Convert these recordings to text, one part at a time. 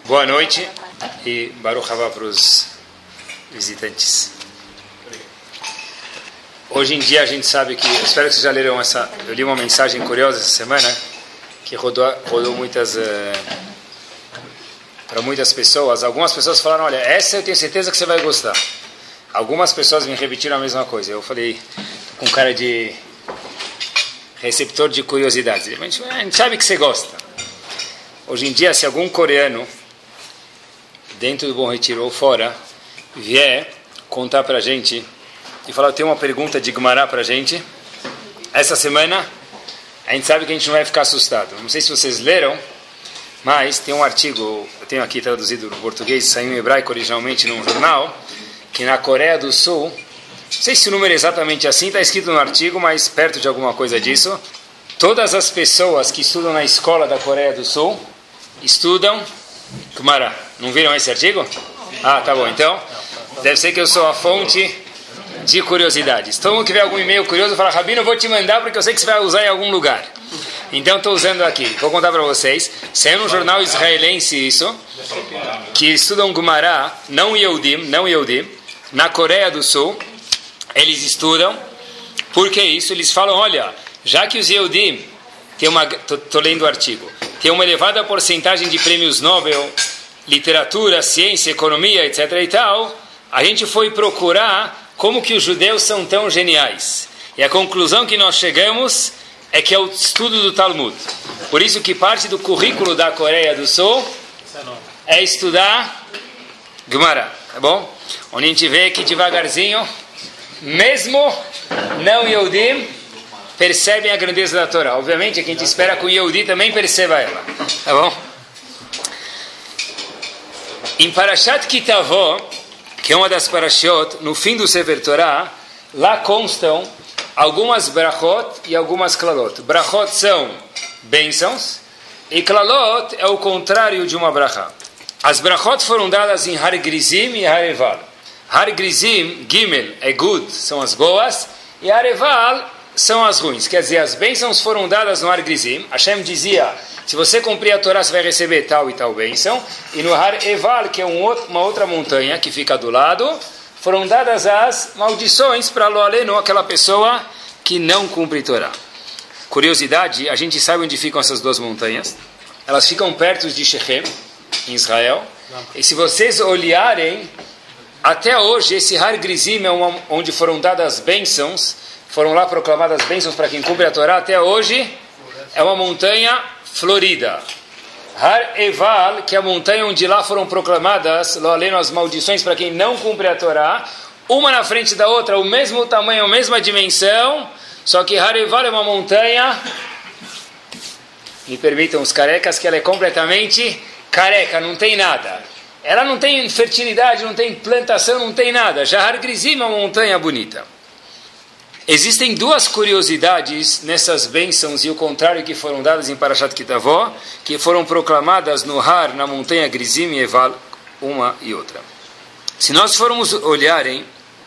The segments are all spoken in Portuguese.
Boa noite e Baruch Haba para os visitantes. Hoje em dia a gente sabe que, espero que vocês já leram essa, eu li uma mensagem curiosa essa semana, que rodou para muitas pessoas. Algumas pessoas falaram, olha, essa eu tenho certeza que você vai gostar. Algumas pessoas me repetiram a mesma coisa. Eu falei, com cara de receptor de curiosidades. A gente sabe que você gosta. Hoje em dia, se algum coreano, dentro do Bom Retiro ou fora, vier contar para a gente e falar, eu tenho uma pergunta de Gemara para a gente, essa semana, a gente sabe que a gente não vai ficar assustado. Não sei se vocês leram, mas tem um artigo, eu tenho aqui traduzido no português, saiu em hebraico originalmente num jornal, que na Coreia do Sul, não sei se o número é exatamente assim, está escrito no artigo, mas perto de alguma coisa disso, todas as pessoas que estudam na escola da Coreia do Sul estudam Gemara. Não viram esse artigo? Ah, tá bom. Então, deve ser que eu sou a fonte de curiosidades. Todo mundo que vê algum e-mail curioso fala, Rabino, eu vou te mandar porque eu sei que você vai usar em algum lugar. Então, estou usando aqui. Vou contar para vocês. Saiu no jornal israelense isso, que estudam Gemara, não Yehudim, na Coreia do Sul. Eles estudam. Por que isso? Eles falam, olha, já que os Yehudim, estou lendo o artigo, tem uma elevada porcentagem de prêmios Nobel, literatura, ciência, economia, etc. e tal, a gente foi procurar como que os judeus são tão geniais. E a conclusão que nós chegamos é que é o estudo do Talmud. Por isso que parte do currículo da Coreia do Sul é estudar Gemara, tá bom? Onde a gente vê que devagarzinho, mesmo não Yehudim, percebem a grandeza da Torá. Obviamente, é que a gente espera que o Yehudi também perceba ela. Tá bom? Em Parashat Kitavó, que é uma das parashot, no fim do Sefer Torá, lá constam algumas brachot e algumas klalot. Brachot são bênçãos e klalot é o contrário de uma brachá. As brachot foram dadas em Har Grizim e Har Eval. Har Grizim, Gimel, é good, são as boas, e Har Eval são as ruins. Quer dizer, as bênçãos foram dadas no Har Grizim. Hashem dizia, se você cumprir a Torá, você vai receber tal e tal bênção. E no Har Eval, que é uma outra montanha que fica do lado, foram dadas as maldições para Lo Aleno, aquela pessoa que não cumpre Torá. Curiosidade, a gente sabe onde ficam essas duas montanhas. Elas ficam perto de Shechem, em Israel. E se vocês olharem, até hoje, esse Har Grizim é onde foram dadas as bênçãos, foram lá proclamadas bênçãos para quem cumpre a Torá, até hoje é uma montanha florida. Har Eval, que é a montanha onde lá foram proclamadas, lá lendo as maldições para quem não cumpre a Torá, uma na frente da outra, o mesmo tamanho, a mesma dimensão, só que Har Eval é uma montanha, me permitam os carecas, que ela é completamente careca, não tem nada. Ela não tem fertilidade, não tem plantação, não tem nada. Já Har Grizim é uma montanha bonita. Existem duas curiosidades nessas bênçãos e o contrário que foram dadas em Parashat Kitavó, que foram proclamadas no Har, na montanha Grizim e Eval, uma e outra. Se nós formos olharem,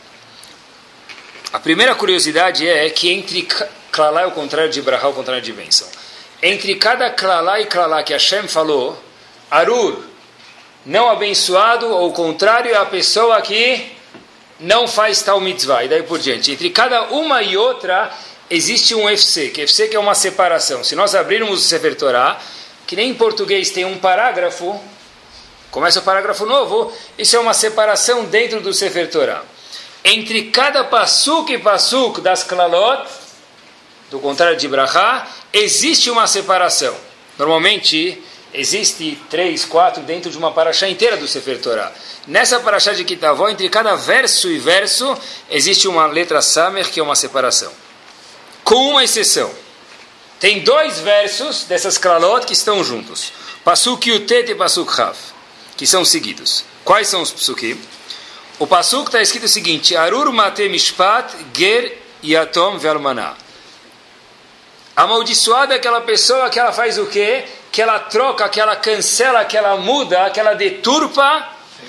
a primeira curiosidade é que entre Klalá é o contrário de Brahá, o contrário de bênção. Entre cada Klalá e Klalá que Hashem falou, Arur, não abençoado, ou o contrário, é a pessoa que não faz tal mitzvah, e daí por diante. Entre cada uma e outra, existe um efsek. Efsek é uma separação. Se nós abrirmos o Sefer Torá, que nem em português tem um parágrafo, começa o parágrafo novo, isso é uma separação dentro do Sefer Torá. Entre cada pasuk e pasuk das klalot, do contrário de brachá, existe uma separação. Normalmente, existe 3, 4 dentro de uma paraxá inteira do Sefer Torá. Nessa paraxá de Kitavó, entre cada verso e verso, existe uma letra Samer, que é uma separação. Com uma exceção. Tem 2 versos dessas klalot que estão juntos. Pasuk Yutet e Pasuk Rav, que são seguidos. Quais são os psukim? O pasuk está escrito o seguinte, Arur Mate Mishpat Ger Yatom Ve'almaná. Amaldiçoada é aquela pessoa que ela faz o quê? Que ela troca, que ela cancela, que ela muda, que ela deturpa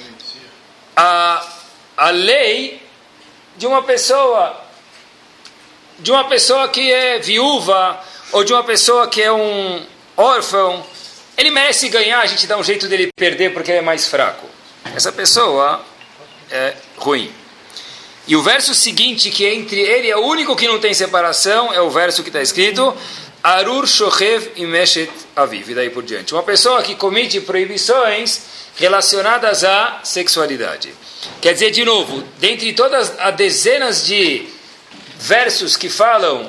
a lei de uma pessoa que é viúva, ou de uma pessoa que é um órfão, ele merece ganhar, a gente dá um jeito dele perder porque ele é mais fraco. Essa pessoa é ruim. E o verso seguinte, que entre ele é o único que não tem separação, é o verso que está escrito Arur Shochev Imeshet Aviv, e daí por diante. Uma pessoa que comete proibições relacionadas à sexualidade. Quer dizer, de novo, dentre todas as dezenas de versos que falam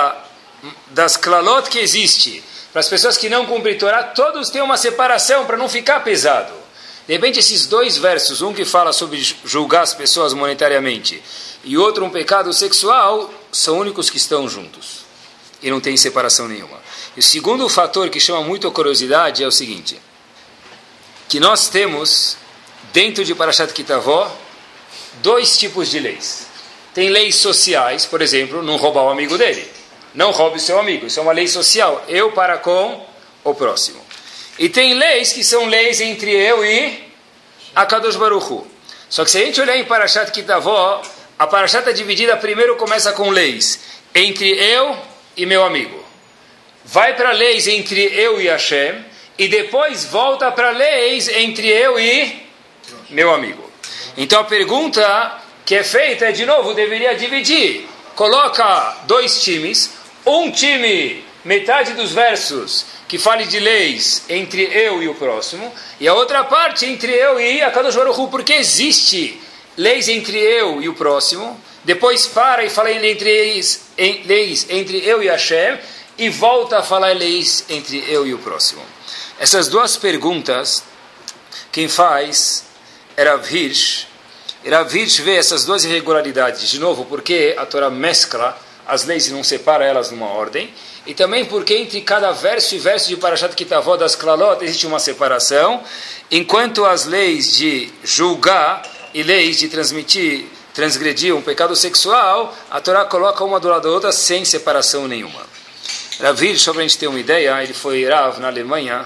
das klalot que existe, para as pessoas que não cumprem Torá, todos têm uma separação para não ficar pesado. De repente, esses dois versos, um que fala sobre julgar as pessoas monetariamente e outro um pecado sexual, são únicos que estão juntos. E não tem separação nenhuma. E o segundo fator que chama muito a curiosidade é o seguinte, que nós temos, dentro de Parashat Kitavó, dois tipos de leis. Tem leis sociais, por exemplo, não roubar o amigo dele. Não roube o seu amigo, isso é uma lei social. Eu para com o próximo. E tem leis que são leis entre eu e Akadosh Baruch Hu. Só que se a gente olhar em Parashat Kitavó, a Parashat é dividida, primeiro começa com leis entre eu e meu amigo. Vai para leis entre eu e Hashem, e depois volta para leis entre eu e meu amigo. Então a pergunta que é feita é, de novo, deveria dividir. Coloca dois times, um time, metade dos versos, que fale de leis entre eu e o próximo, e a outra parte entre eu e Akadosh Baruch Hu, porque existe leis entre eu e o próximo, depois para e fala em leis entre eu e Hashem, e volta a falar leis entre eu e o próximo. Essas duas perguntas, quem faz é Rav Hirsch. Rav Hirsch vê essas duas irregularidades, de novo, porque a Torá mescla as leis e não separa elas numa ordem, e também porque entre cada verso e verso de Parashat Kitavó das Klalot existe uma separação, enquanto as leis de julgar e leis de transgredir um pecado sexual, a Torá coloca uma do lado da outra sem separação nenhuma. Rav Hirsch, só para a gente ter uma ideia, ele foi Rav na Alemanha,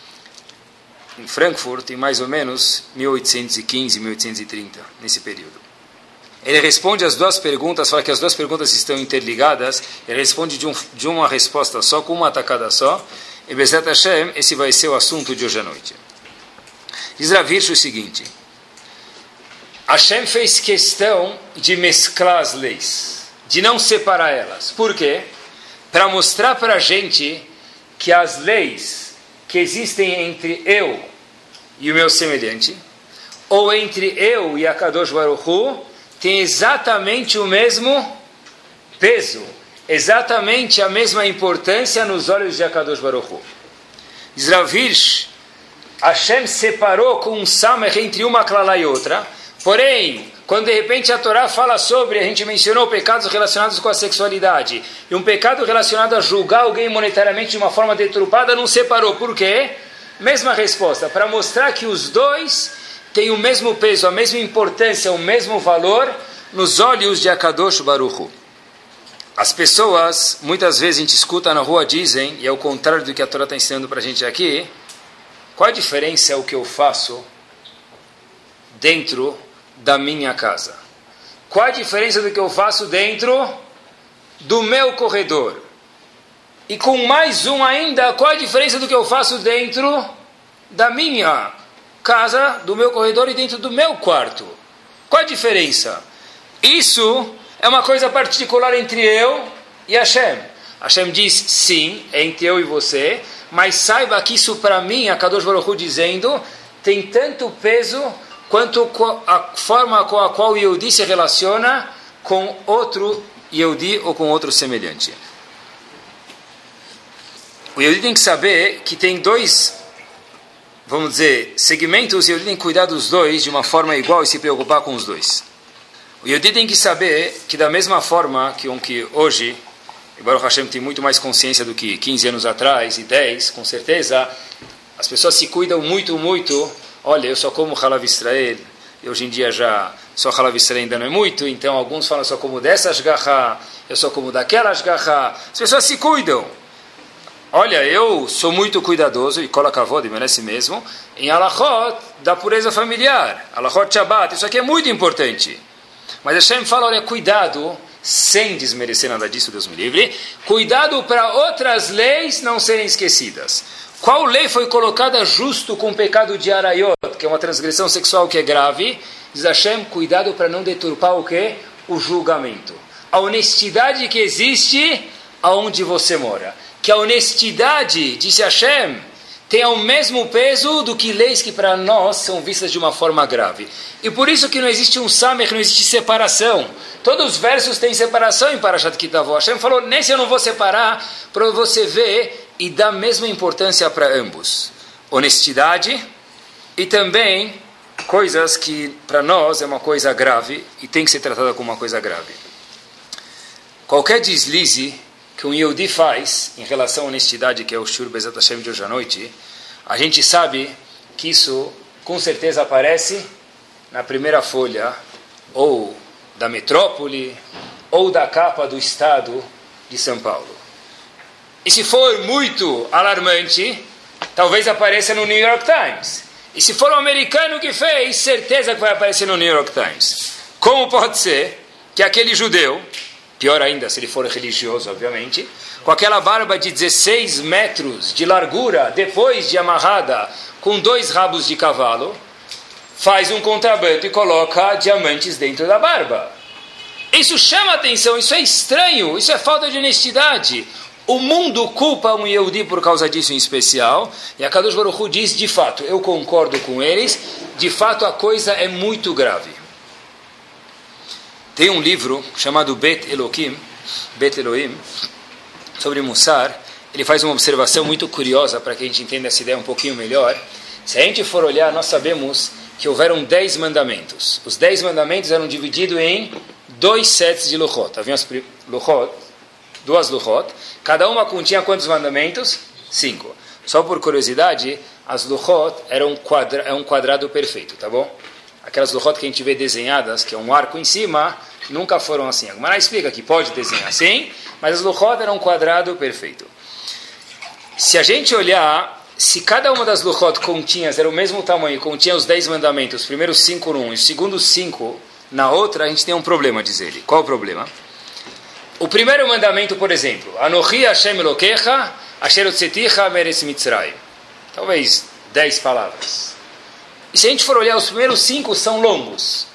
em Frankfurt, em mais ou menos 1815, 1830, nesse período. Ele responde as duas perguntas, fala que as duas perguntas estão interligadas, ele responde de uma resposta só, com uma atacada só, e Bezat Hashem, esse vai ser o assunto de hoje à noite. Diz Rav Hirsch o seguinte, Hashem fez questão de mesclar as leis, de não separar elas. Por quê? Para mostrar para a gente que as leis que existem entre eu e o meu semelhante, ou entre eu e Akadosh Baruch Hu, tem exatamente o mesmo peso, exatamente a mesma importância nos olhos de Akadosh Baruch Hu. Diz Rav Hirsch, Hashem separou com um samer entre uma klala e outra, porém, quando de repente a Torá fala sobre, a gente mencionou pecados relacionados com a sexualidade, e um pecado relacionado a julgar alguém monetariamente de uma forma deturpada, não separou. Por quê? Mesma resposta, para mostrar que os dois têm o mesmo peso, a mesma importância, o mesmo valor nos olhos de Akadosh Baruch Hu. As pessoas, muitas vezes a gente escuta na rua, dizem, e é o contrário do que a Torá está ensinando para a gente aqui, qual a diferença é o que eu faço dentro da minha casa? Qual a diferença do que eu faço dentro do meu corredor? E com mais um ainda, qual a diferença do que eu faço dentro da minha casa, do meu corredor e dentro do meu quarto? Qual a diferença? Isso é uma coisa particular entre eu e Hashem. Hashem diz sim, é entre eu e você, mas saiba que isso para mim, a Kadosh Baruch Hu dizendo, tem tanto peso quanto a forma com a qual o Yehudi se relaciona com outro Yehudi ou com outro semelhante. O Yehudi tem que saber que tem dois, vamos dizer, segmentos, e o Yehudi tem que cuidar dos dois de uma forma igual e se preocupar com os dois. O Yehudi tem que saber que da mesma forma que hoje, e Baruch Hashem tem muito mais consciência do que 15 anos atrás, e 10, com certeza, as pessoas se cuidam muito, muito. Olha, eu só como Halav Israel, e hoje em dia já só Halav Israel ainda não é muito, então alguns falam só como dessa ashgaha, eu só como daquela ashgaha. As pessoas se cuidam. Olha, eu sou muito cuidadoso, e Kol HaKavod, merece mesmo, em Alachot da pureza familiar, Alachot Shabbat, isso aqui é muito importante. Mas Hashem fala, olha, cuidado, sem desmerecer nada disso, Deus me livre, cuidado para outras leis não serem esquecidas. Qual lei foi colocada justo com o pecado de Arayot, que é uma transgressão sexual que é grave? Diz Hashem, cuidado para não deturpar o quê? O julgamento. A honestidade que existe aonde você mora. Que a honestidade, disse Hashem, tem o mesmo peso do que leis que para nós são vistas de uma forma grave. E por isso que não existe um samech, não existe separação. Todos os versos têm separação em Parashat Ki Tavo. Hashem falou, nesse eu não vou separar, para você ver e dar a mesma importância para ambos. Honestidade e também coisas que para nós é uma coisa grave e tem que ser tratada como uma coisa grave. Qualquer deslize que um Yehudi faz em relação à honestidade, que é o Shur Bezat Hashem de hoje à noite, a gente sabe que isso com certeza aparece na primeira folha ou da metrópole ou da capa do estado de São Paulo. E se for muito alarmante, talvez apareça no New York Times. E se for um americano que fez, certeza que vai aparecer no New York Times. Como pode ser que aquele judeu, pior ainda se ele for religioso, obviamente, com aquela barba de 16 metros de largura, depois de amarrada com 2 rabos de cavalo, faz um contrabando e coloca diamantes dentro da barba? Isso chama atenção, isso é estranho, isso é falta de honestidade. O mundo culpa um Yehudi por causa disso em especial, e a Kadosh Baruch Hu diz, de fato, eu concordo com eles, de fato a coisa é muito grave. Tem um livro chamado Bet Elohim, sobre Mussar. Ele faz uma observação muito curiosa para que a gente entenda essa ideia um pouquinho melhor. Se a gente for olhar, nós sabemos que houveram 10 mandamentos. Os 10 mandamentos eram divididos em 2 sets de Luchot. Havia as Luchot, 2 Luchot. Cada uma continha quantos mandamentos? 5. Só por curiosidade, as Luchot eram um quadrado perfeito, tá bom? Aquelas Luchot que a gente vê desenhadas, que é um arco em cima, nunca foram assim. A Gemara explica que pode desenhar assim, mas as Luchot eram um quadrado perfeito. Se a gente olhar, se cada uma das Luchot continhas era o mesmo tamanho, continha os 10 mandamentos, os primeiros 5 num e os segundos 5 na outra, a gente tem um problema, diz ele. Qual o problema? O primeiro mandamento, por exemplo, Anochi Hashem Elokecha, Asher Hotzeticha Meretz Mitzrayim. Talvez 10 palavras. E se a gente for olhar, os primeiros 5 são longos.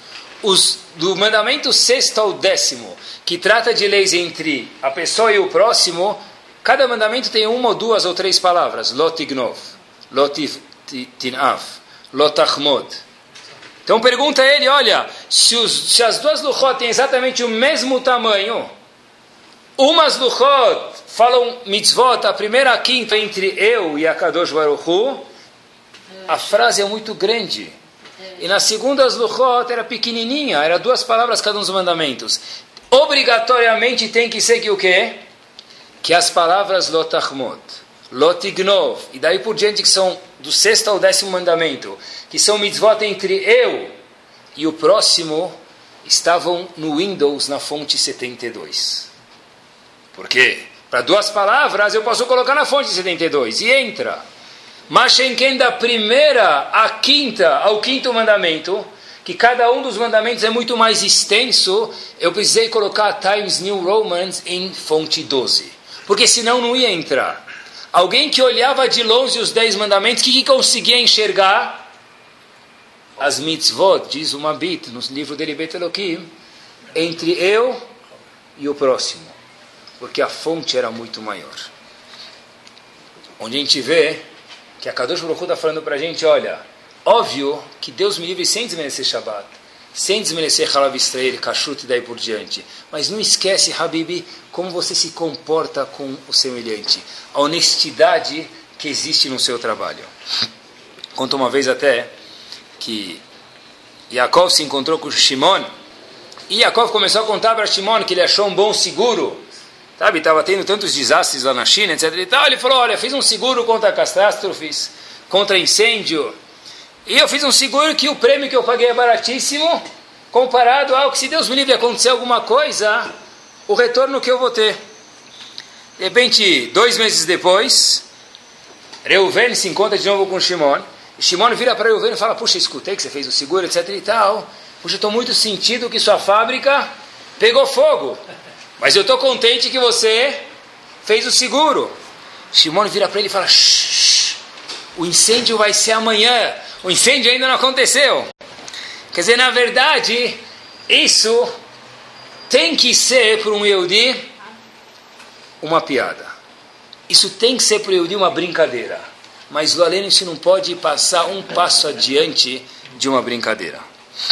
Do mandamento 6º ao 10º, que trata de leis entre a pessoa e o próximo, cada mandamento tem 1 ou 2 ou 3 palavras. Lot Ignov, Lot Tinav, Lot Achmod. Então pergunta a ele, olha, se as 2 Luchot têm exatamente o mesmo tamanho, umas Luchot falam mitzvot, a primeira a quinta entre eu e a Kadosh Baruch Hu, a frase é muito grande. E na segunda as Luchot era pequenininha, era 2 palavras cada um dos mandamentos. Obrigatoriamente tem que ser que o quê? Que as palavras Lot Achmod, Lot Ignov, e daí por diante que são do 6º ao 10º mandamento, que são mitzvot entre eu e o próximo, estavam no Windows na fonte 72. Por quê? Para 2 palavras eu posso colocar na fonte 72 e entra. Mas Shenken da primeira à quinta, ao 5º mandamento, que cada um dos mandamentos é muito mais extenso, eu precisei colocar Times New Roman em fonte 12. Porque senão não ia entrar. Alguém que olhava de longe os 10 mandamentos, o que conseguia enxergar? As mitzvot, diz o Mabit, no livro dele Bet Elohim, entre eu e o próximo. Porque a fonte era muito maior. Onde a gente vê que a Kadosh Baruch Hu está falando para a gente, olha, óbvio que Deus me livre sem desmerecer Shabbat, sem desmerecer Halav Israel, Kashrut e daí por diante. Mas não esquece, Habibi, como você se comporta com o semelhante. A honestidade que existe no seu trabalho. Conta uma vez até que Yaakov se encontrou com Shimon, e Yaakov começou a contar para Shimon que ele achou um bom seguro. Sabe, estava tendo tantos desastres lá na China, etc. E tal. Ele falou, olha, fiz um seguro contra catástrofes, contra incêndio. E eu fiz um seguro que o prêmio que eu paguei é baratíssimo, comparado ao que, se Deus me livre, acontecer alguma coisa, o retorno que eu vou ter. De repente, 2 meses depois, Reuven se encontra de novo com Shimon. E Shimon vira para Reuven e fala, puxa, escutei que você fez o seguro, etc. e tal. Puxa, estou muito sentido que sua fábrica pegou fogo. Mas eu estou contente que você fez o seguro. Shimon vira para ele e fala, shh, o incêndio vai ser amanhã, o incêndio ainda não aconteceu. Quer dizer, na verdade, isso tem que ser para um Yehudi uma piada. Isso tem que ser para o Yehudi uma brincadeira. Mas o além isso não pode passar um passo adiante de uma brincadeira.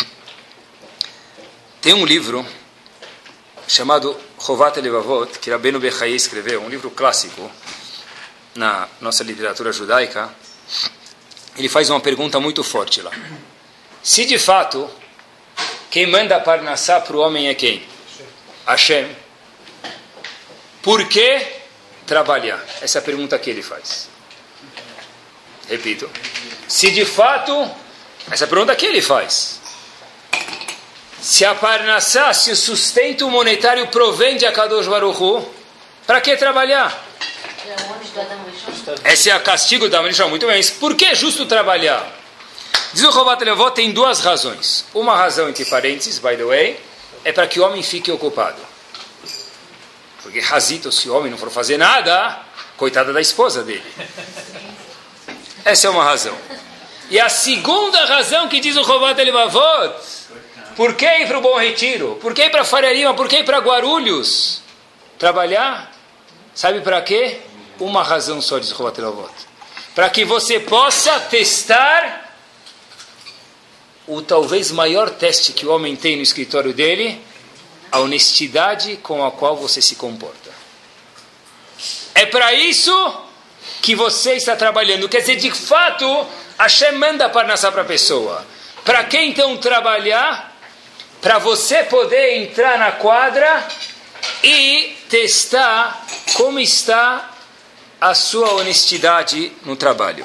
Tem um livro chamado Chovat Levavot, que Rabbeinu Bechai escreveu, um livro clássico na nossa literatura judaica. Ele faz uma pergunta muito forte lá. Se de fato quem manda Parnassá para o homem é quem? Hashem. Por que trabalhar? Essa é a pergunta que ele faz. Repito. Se de fato, essa é a pergunta que ele faz. Se a Parnassá, se o sustento monetário provém de Akadosh Baruch Hu, para que trabalhar? Esse é o castigo da Adam. Muito bem. Por que é justo trabalhar? Diz o Chovat Levavot, tem duas razões. Uma razão, entre parênteses, by the way, é para que o homem fique ocupado. Porque Hazito, se o homem não for fazer nada, coitada da esposa dele. Essa é uma razão. E a segunda razão que diz o Chovat Levavot, por que ir para o Bom Retiro? Por que ir para Faria Lima? Por que ir para Guarulhos? Trabalhar? Sabe para quê? Uma razão só, diz o Chovat Levavot. Para que você possa testar o talvez maior teste que o homem tem no escritório dele, a honestidade com a qual você se comporta. É para isso que você está trabalhando. Quer dizer, de fato, Hashem manda Parnassá para a pessoa. Para que então trabalhar? Para você poder entrar na quadra e testar como está a sua honestidade no trabalho.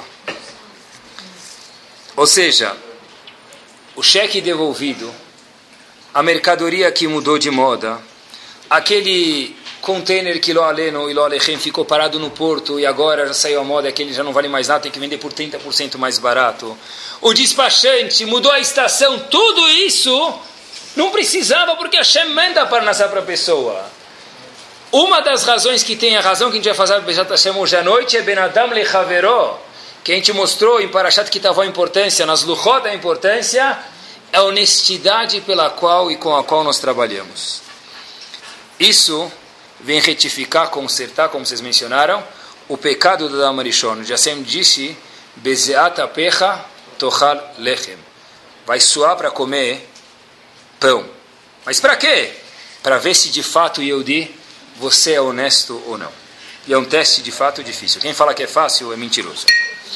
Ou seja, o cheque devolvido, a mercadoria que mudou de moda, aquele container que Lo Aleno e Lo Alechem ficou parado no porto e agora já saiu a moda, aquele já não vale mais nada, tem que vender por 30% mais barato. O despachante mudou a estação, tudo isso não precisava porque Hashem manda Parnassá para a pessoa. Uma das razões que tem, a razão que a gente vai fazer Bezat Hashem hoje à noite é Ben Adam Lechavero, que a gente mostrou em Parashat Kitavó a importância, nas Luchot a importância, é a honestidade pela qual e com a qual nós trabalhamos. Isso vem retificar, consertar, como vocês mencionaram, o pecado do Adam Arishon. Já sempre disse, Bezeat apecha tochal lechem. Vai suar para comer pão. Mas para quê? Para ver se de fato, Yehudi, você é honesto ou não. E é um teste de fato difícil. Quem fala que é fácil é mentiroso.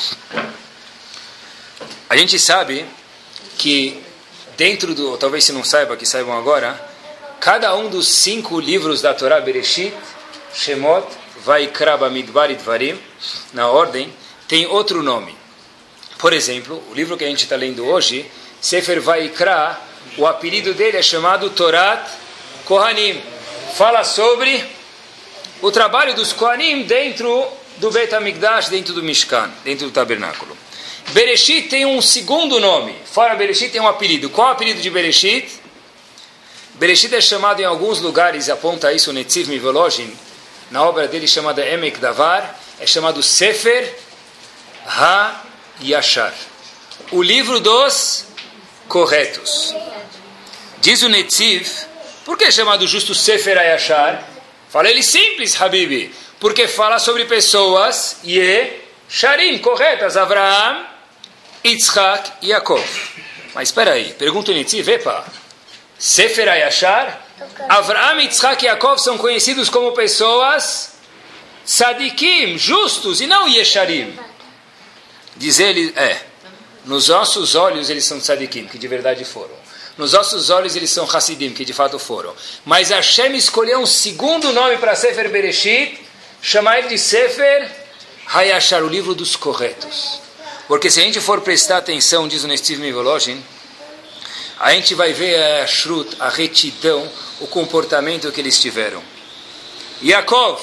A gente sabe que dentro do, talvez se não saiba, que saibam agora, cada um dos 5 livros da Torá, Bereshit, Shemot, Vaikra, Bamidbar e Dvarim, na ordem, tem outro nome. Por exemplo, o livro que a gente está lendo hoje, Sefer Vaikra, o apelido dele é chamado Torat Kohanim. Fala sobre o trabalho dos Kohanim dentro do Beit HaMikdash, dentro do Mishkan, dentro do tabernáculo. Bereshit tem um segundo nome. Fora Bereshit tem um apelido. Qual é o apelido de Bereshit? Bereshit é chamado em alguns lugares, aponta isso o Netziv Mivolozhin, na obra dele chamada Emek Davar, é chamado Sefer HaYashar, o livro dos corretos. Diz o Netziv, por que é chamado justo Sefer HaYashar? Fala ele simples, Habibi, porque fala sobre pessoas Yesharim, corretas, Avraham, Yitzhak e Yaakov. Mas espera aí, pergunta o Netziv, epa, Sefer HaYashar, Avraham, Yitzhak e Yaakov são conhecidos como pessoas Sadikim, justos, e não Yesharim. Diz ele, nos nossos olhos eles são Sadikim, que de verdade foram. Nos nossos olhos eles são Hasidim, que de fato foram. Mas Hashem escolheu um segundo nome para Sefer Bereshit, chamar ele de Sefer HaYashar, o livro dos corretos. Porque se a gente for prestar atenção, diz o Netziv Mivolozhin, a gente vai ver a Shrut, a retidão, o comportamento que eles tiveram. Yaakov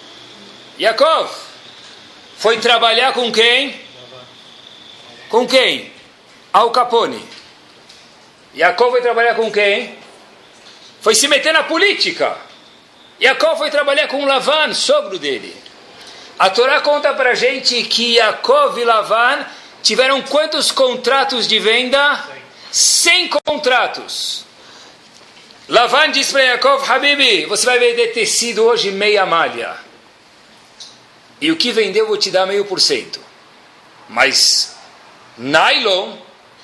foi trabalhar com quem? Com quem? Al Capone. Yaakov foi trabalhar com quem? Foi se meter na política. Yaakov foi trabalhar com Lavan, sogro dele. A Torá conta para a gente que Yaakov e Lavan tiveram quantos contratos de venda? 100 contratos. Lavan diz para Yaakov, Habibi, você vai vender tecido hoje meia malha. E o que vendeu eu vou te dar 0,5%. Mas nylon,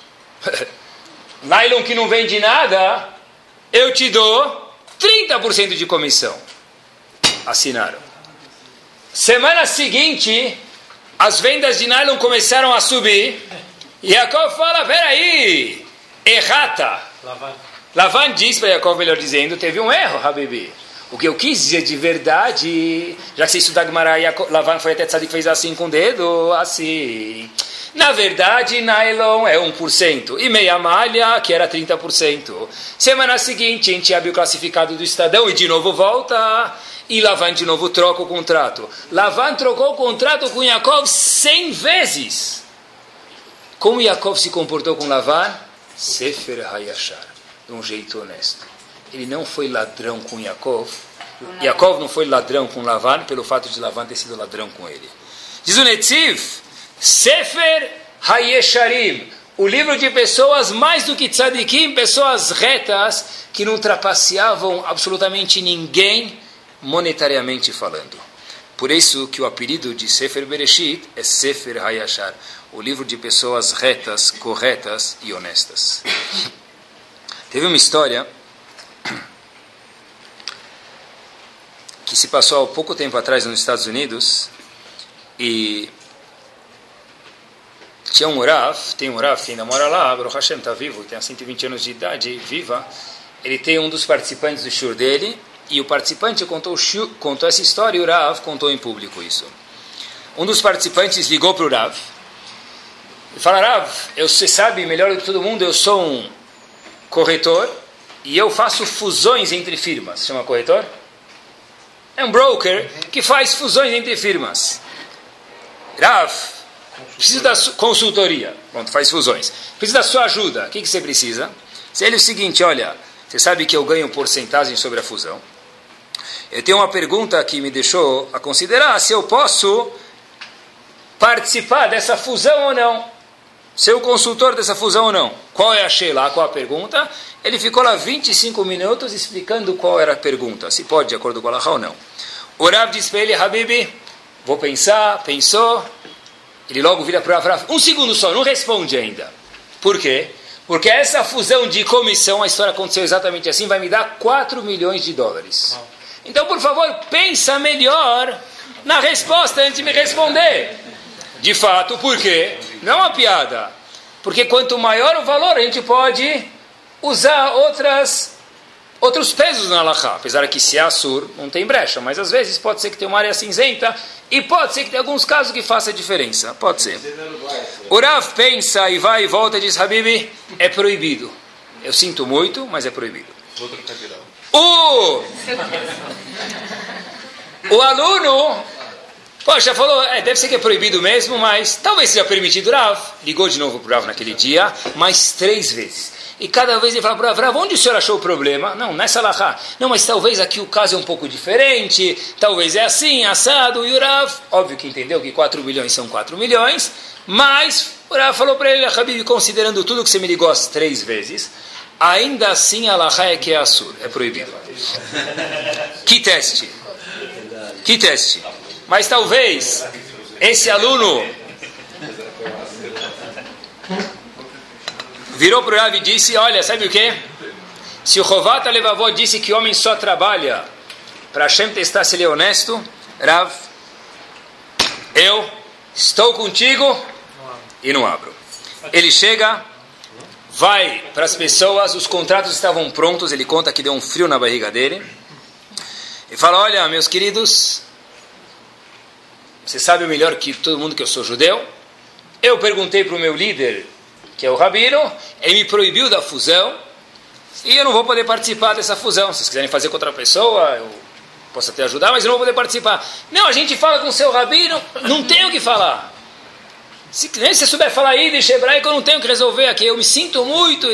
nylon que não vende nada, eu te dou 30% de comissão. Assinaram. Semana seguinte, as vendas de nylon começaram a subir. E Yaakov fala, peraí, errata. Lavan diz para Yaakov, melhor dizendo, teve um erro, Habibi. O que eu quis dizer de verdade, já que você estudar Gemara, Lavan foi até Tzadik, fez assim com o dedo, assim. Na verdade, nylon é 1%, e meia malha, que era 30%. Semana seguinte, a gente abre o classificado do Estadão e de novo volta, e Lavan de novo troca o contrato. Lavan trocou o contrato com Yaakov 100 vezes. Como Yaakov se comportou com Lavan? Sefer Hayashar, de um jeito honesto. Ele não foi ladrão com Yaakov. Yaakov não foi ladrão com Lavan pelo fato de Lavan ter sido ladrão com ele. Diz o Netziv, Sefer Hayesharim, o livro de pessoas mais do que tzadikim, pessoas retas que não trapaceavam absolutamente ninguém monetariamente falando. Por isso que o apelido de Sefer Bereshit é Sefer Hayashar, o livro de pessoas retas, corretas e honestas. Teve uma história que se passou há pouco tempo atrás nos Estados Unidos, e tinha um Rav, tem um Rav que ainda mora lá, Baruch Hashem, está vivo, tem 120 anos de idade, viva. Ele tem um dos participantes do shur dele, e o participante contou essa história, e o Rav contou em público isso. Um dos participantes ligou para o Rav e falou, Rav, você sabe melhor do que todo mundo, eu sou um corretor, e eu faço fusões entre firmas. Chama corretor? É um broker que faz fusões entre firmas. Rav, preciso da consultoria. Pronto, faz fusões. Preciso da sua ajuda. O que você precisa? Se ele é o seguinte, olha, você sabe que eu ganho porcentagem sobre a fusão. Eu tenho uma pergunta que me deixou a considerar se eu posso participar dessa fusão ou não. Ser o consultor dessa fusão ou não. Qual é a sheila? Qual a pergunta? Ele ficou lá 25 minutos explicando qual era a pergunta. Se pode, de acordo com a Laha ou não. O Rav disse para ele, Habibi, vou pensar, pensou. Ele logo vira para o Rav, um segundo só, não responde ainda. Por quê? Porque essa fusão de comissão, a história aconteceu exatamente assim, vai me dar 4 milhões de dólares. Então, por favor, pensa melhor na resposta antes de me responder. De fato, por quê? Não é uma piada. Porque quanto maior o valor, a gente pode usar outros pesos na halakha. Apesar que se é assur, não tem brecha. Mas às vezes pode ser que tenha uma área cinzenta. E pode ser que tenha alguns casos que faça diferença. Pode ser. O Rav pensa e vai e volta e diz, Habibi, é proibido. Eu sinto muito, mas é proibido. O aluno... Poxa, falou, deve ser que é proibido mesmo, mas talvez seja permitido. Rav ligou de novo para o Rav naquele dia, mais 3 vezes. E cada vez ele fala para o Rav, onde o senhor achou o problema? Não, nessa Laha. Não, mas talvez aqui o caso é um pouco diferente, talvez é assim, assado. E o Rav, óbvio que entendeu que 4 milhões são 4 milhões, mas o Rav falou para ele, Habib, considerando tudo que você me ligou as 3 vezes, ainda assim a Laha é que é assur, é proibido. Que teste? Que teste? Mas talvez esse aluno virou para o Rav e disse, olha, sabe o quê? Se o Chovat HaLevavot disse que o homem só trabalha para Hashem testar se ele é honesto, Rav, eu estou contigo e não abro. Ele chega, vai para as pessoas, os contratos estavam prontos, ele conta que deu um frio na barriga dele, e fala, olha, meus queridos... Você sabe melhor que todo mundo que eu sou judeu. Eu perguntei para o meu líder, que é o Rabino, ele me proibiu da fusão, e eu não vou poder participar dessa fusão. Se vocês quiserem fazer com outra pessoa, eu posso até ajudar, mas eu não vou poder participar. Não, a gente fala com o seu Rabino, não tenho o que falar. Se você souber falar Yiddish, hebraico, eu não tenho o que resolver aqui. Eu me sinto muito,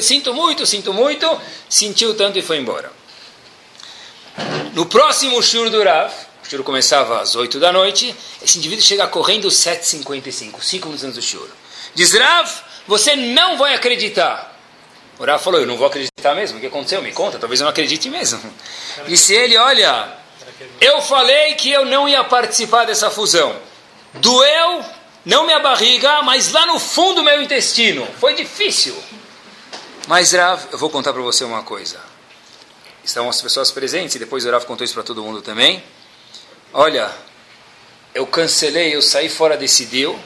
sentiu tanto e foi embora. No próximo shur do Rav, O shiur começava às 8 da noite, esse indivíduo chega correndo às 7h55, 5 minutos antes do shiur. Diz, Rav, você não vai acreditar. O Rav falou, eu não vou acreditar mesmo, o que aconteceu? Me conta, talvez eu não acredite mesmo. Disse ele, olha, eu falei que eu não ia participar dessa fusão. Doeu, não minha barriga, mas lá no fundo do meu intestino. Foi difícil. Mas Rav, eu vou contar para você uma coisa. Estavam as pessoas presentes, e depois o Rav contou isso para todo mundo também. Olha, eu cancelei, eu saí fora desse deal,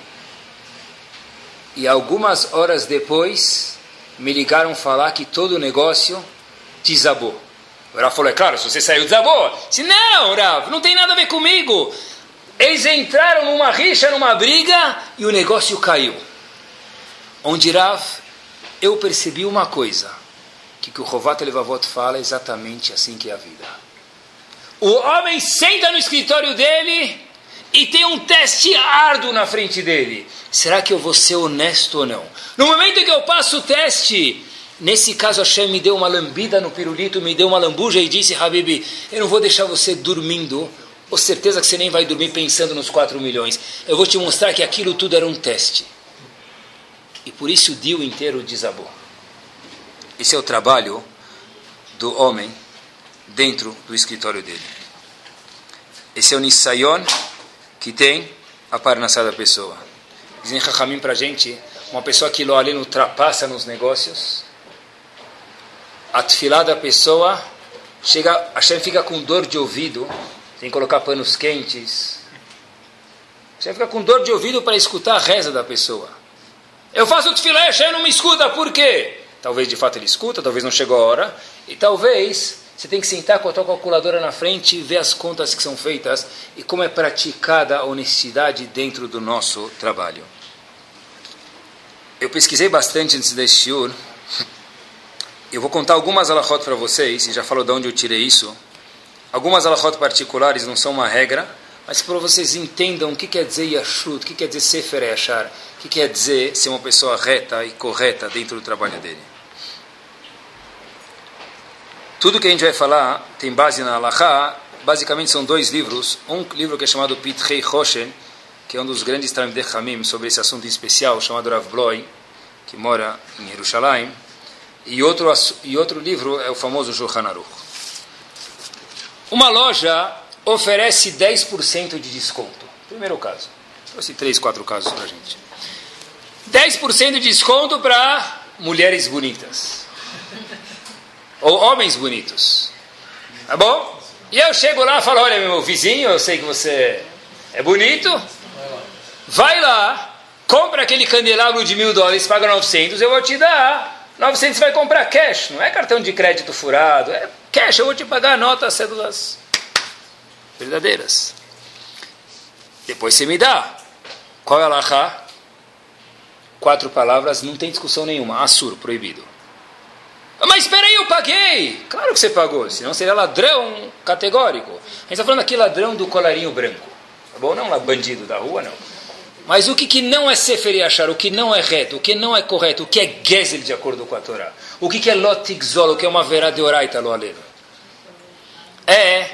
e algumas horas depois me ligaram falar que todo o negócio desabou. O Rav falou, é claro, se você saiu, desabou. Disse, não, Rav, não tem nada a ver comigo. Eles entraram numa rixa, numa briga, e o negócio caiu. Onde, Rav, eu percebi uma coisa, que o Chovat Levavot fala é exatamente assim que é a vida. O homem senta no escritório dele e tem um teste árduo na frente dele. Será que eu vou ser honesto ou não? No momento em que eu passo o teste, nesse caso Hashem me deu uma lambida no pirulito, me deu uma lambuja e disse, Habibi, eu não vou deixar você dormindo, com certeza que você nem vai dormir pensando nos 4 milhões. Eu vou te mostrar que aquilo tudo era um teste. E por isso o deal inteiro desabou. Esse é o trabalho do homem dentro do escritório dele. Esse é o Nisayon que tem a parnassá da pessoa. Dizem Chachamim para a gente, uma pessoa que ali ultrapassa nos negócios, a tefilá da pessoa, chega, Hashem fica com dor de ouvido, tem que colocar panos quentes. Hashem fica com dor de ouvido para escutar a reza da pessoa. Eu faço tefilá e Hashem não me escuta, por quê? Talvez de fato ele escuta, talvez não chegou a hora, e talvez você tem que sentar com a tua calculadora na frente e ver as contas que são feitas e como é praticada a honestidade dentro do nosso trabalho. Eu pesquisei bastante antes desse shiur. Eu vou contar algumas halachot para vocês, e já falo de onde eu tirei isso. Algumas halachot particulares não são uma regra, mas para vocês entendam o que quer dizer yashut, o que quer dizer sefer yashar, o que quer dizer ser uma pessoa reta e correta dentro do trabalho dele. Tudo que a gente vai falar tem base na halachá. Basicamente são 2 livros. Um livro que é chamado Pitrei Choshen, que é um dos grandes Talmidei Chachamim sobre esse assunto em especial, chamado Rav Bloy, que mora em Jerusalém. E outro livro é o famoso Shulchan Aruch. Uma loja oferece 10% de desconto. Primeiro caso. Trouxe 3, 4 casos para a gente. 10% de desconto para mulheres bonitas. Ou homens bonitos. Tá bom? E eu chego lá e falo, olha, meu vizinho, eu sei que você é bonito. Vai lá, compra aquele candelabro de $1.000, paga 900, eu vou te dar. 900 você vai comprar cash, não é cartão de crédito furado, é cash, eu vou te pagar notas, cédulas verdadeiras. Depois você me dá. Qual é a halachá? 4 palavras, não tem discussão nenhuma. Assur, proibido. Mas espera aí, eu paguei. Claro que você pagou, senão seria ladrão categórico. A gente está falando aqui ladrão do colarinho branco. Tá bom? Não bandido da rua, não. Mas o que não é sefer yashar, o que não é reto, o que não é correto, o que é gezel de acordo com a Torá, o que é lotigzol, o que é uma verá de oraita lo aleno, é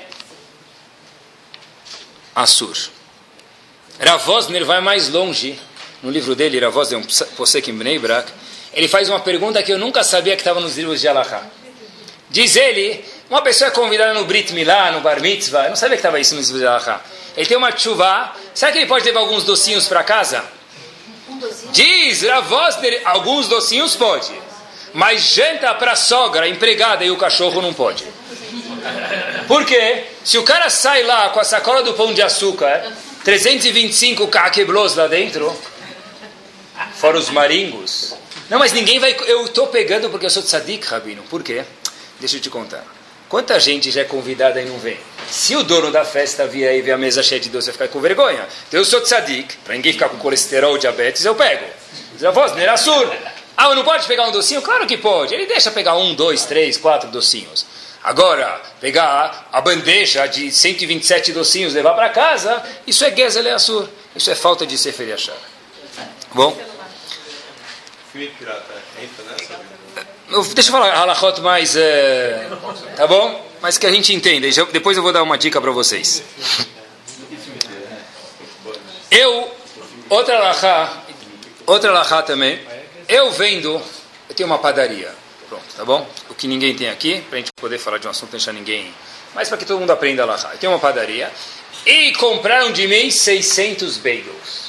assur. Rav Wosner vai mais longe, no livro dele, Rav Wosner, Posek em Bnei Brak, ele faz uma pergunta que eu nunca sabia que estava nos livros de Halachá. Diz ele, uma pessoa é convidada no Brit Milá, no Bar Mitzvah, eu não sabia que estava isso nos livros de Halachá. Ele tem uma tchuvá, será que ele pode levar alguns docinhos para casa? Diz Rav Wosner, alguns docinhos pode, mas janta para a sogra, a empregada e o cachorro não pode. Por quê? Se o cara sai lá com a sacola do pão de açúcar, 325 kakeblos lá dentro, fora os maringos. Não, mas ninguém vai... Eu estou pegando porque eu sou tzadik, Rabino. Por quê? Deixa eu te contar. Quanta gente já é convidada e não vem? Se o dono da festa vier aí ver a mesa cheia de doce, vai ficar com vergonha. Então eu sou tzadik, para ninguém ficar com colesterol, diabetes, eu pego. Diz a voz, Nerassur. Ah, não pode pegar um docinho? Claro que pode. Ele deixa pegar 1, 2, 3, 4 docinhos. Agora, pegar a bandeja de 127 docinhos e levar para casa, isso é Gezel Assur. Isso é falta de Sefer Yashar. Bom? Deixa eu falar halachot mais... tá bom? Mas que a gente entenda. Depois eu vou dar uma dica para vocês. Outra alahá também, eu tenho uma padaria, pronto, tá bom? O que ninguém tem aqui, para a gente poder falar de um assunto, não deixar ninguém, mas para que todo mundo aprenda alahá. Eu tenho uma padaria, e compraram de mim 600 bagels.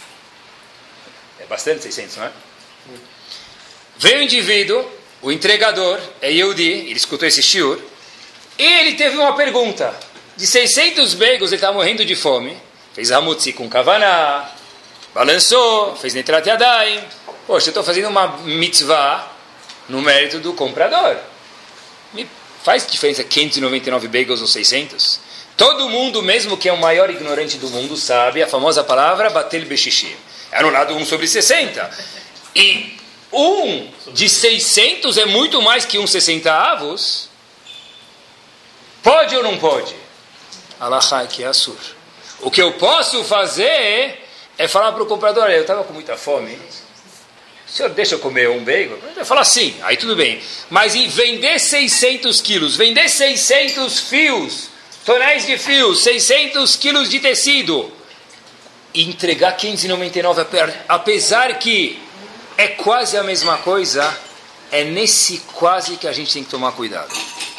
É bastante 600, não é? Veio o indivíduo, o entregador, é Yehudi, ele escutou esse shiur, e ele teve uma pergunta. De 600 bagels, ele estava morrendo de fome, fez hamutzi com kavaná, balançou, fez netrat yadayim. Poxa, eu estou fazendo uma mitzvah no mérito do comprador. Faz diferença 599 bagels ou 600? Todo mundo, mesmo que é o maior ignorante do mundo, sabe a famosa palavra batel beshishim. É anulado 1 sobre 60. E 1 de 600 é muito mais que 60 avos. Pode ou não pode? Alahá que é assur. O que eu posso fazer é falar para o comprador, olha, eu estava com muita fome, o senhor deixa eu comer um bagel? Ele vai falar sim, aí tudo bem. Mas em vender 600 quilos, vender 600 fios, tonéis de fios, 600 quilos de tecido, e entregar 599, apesar que é quase a mesma coisa, é nesse quase que a gente tem que tomar cuidado.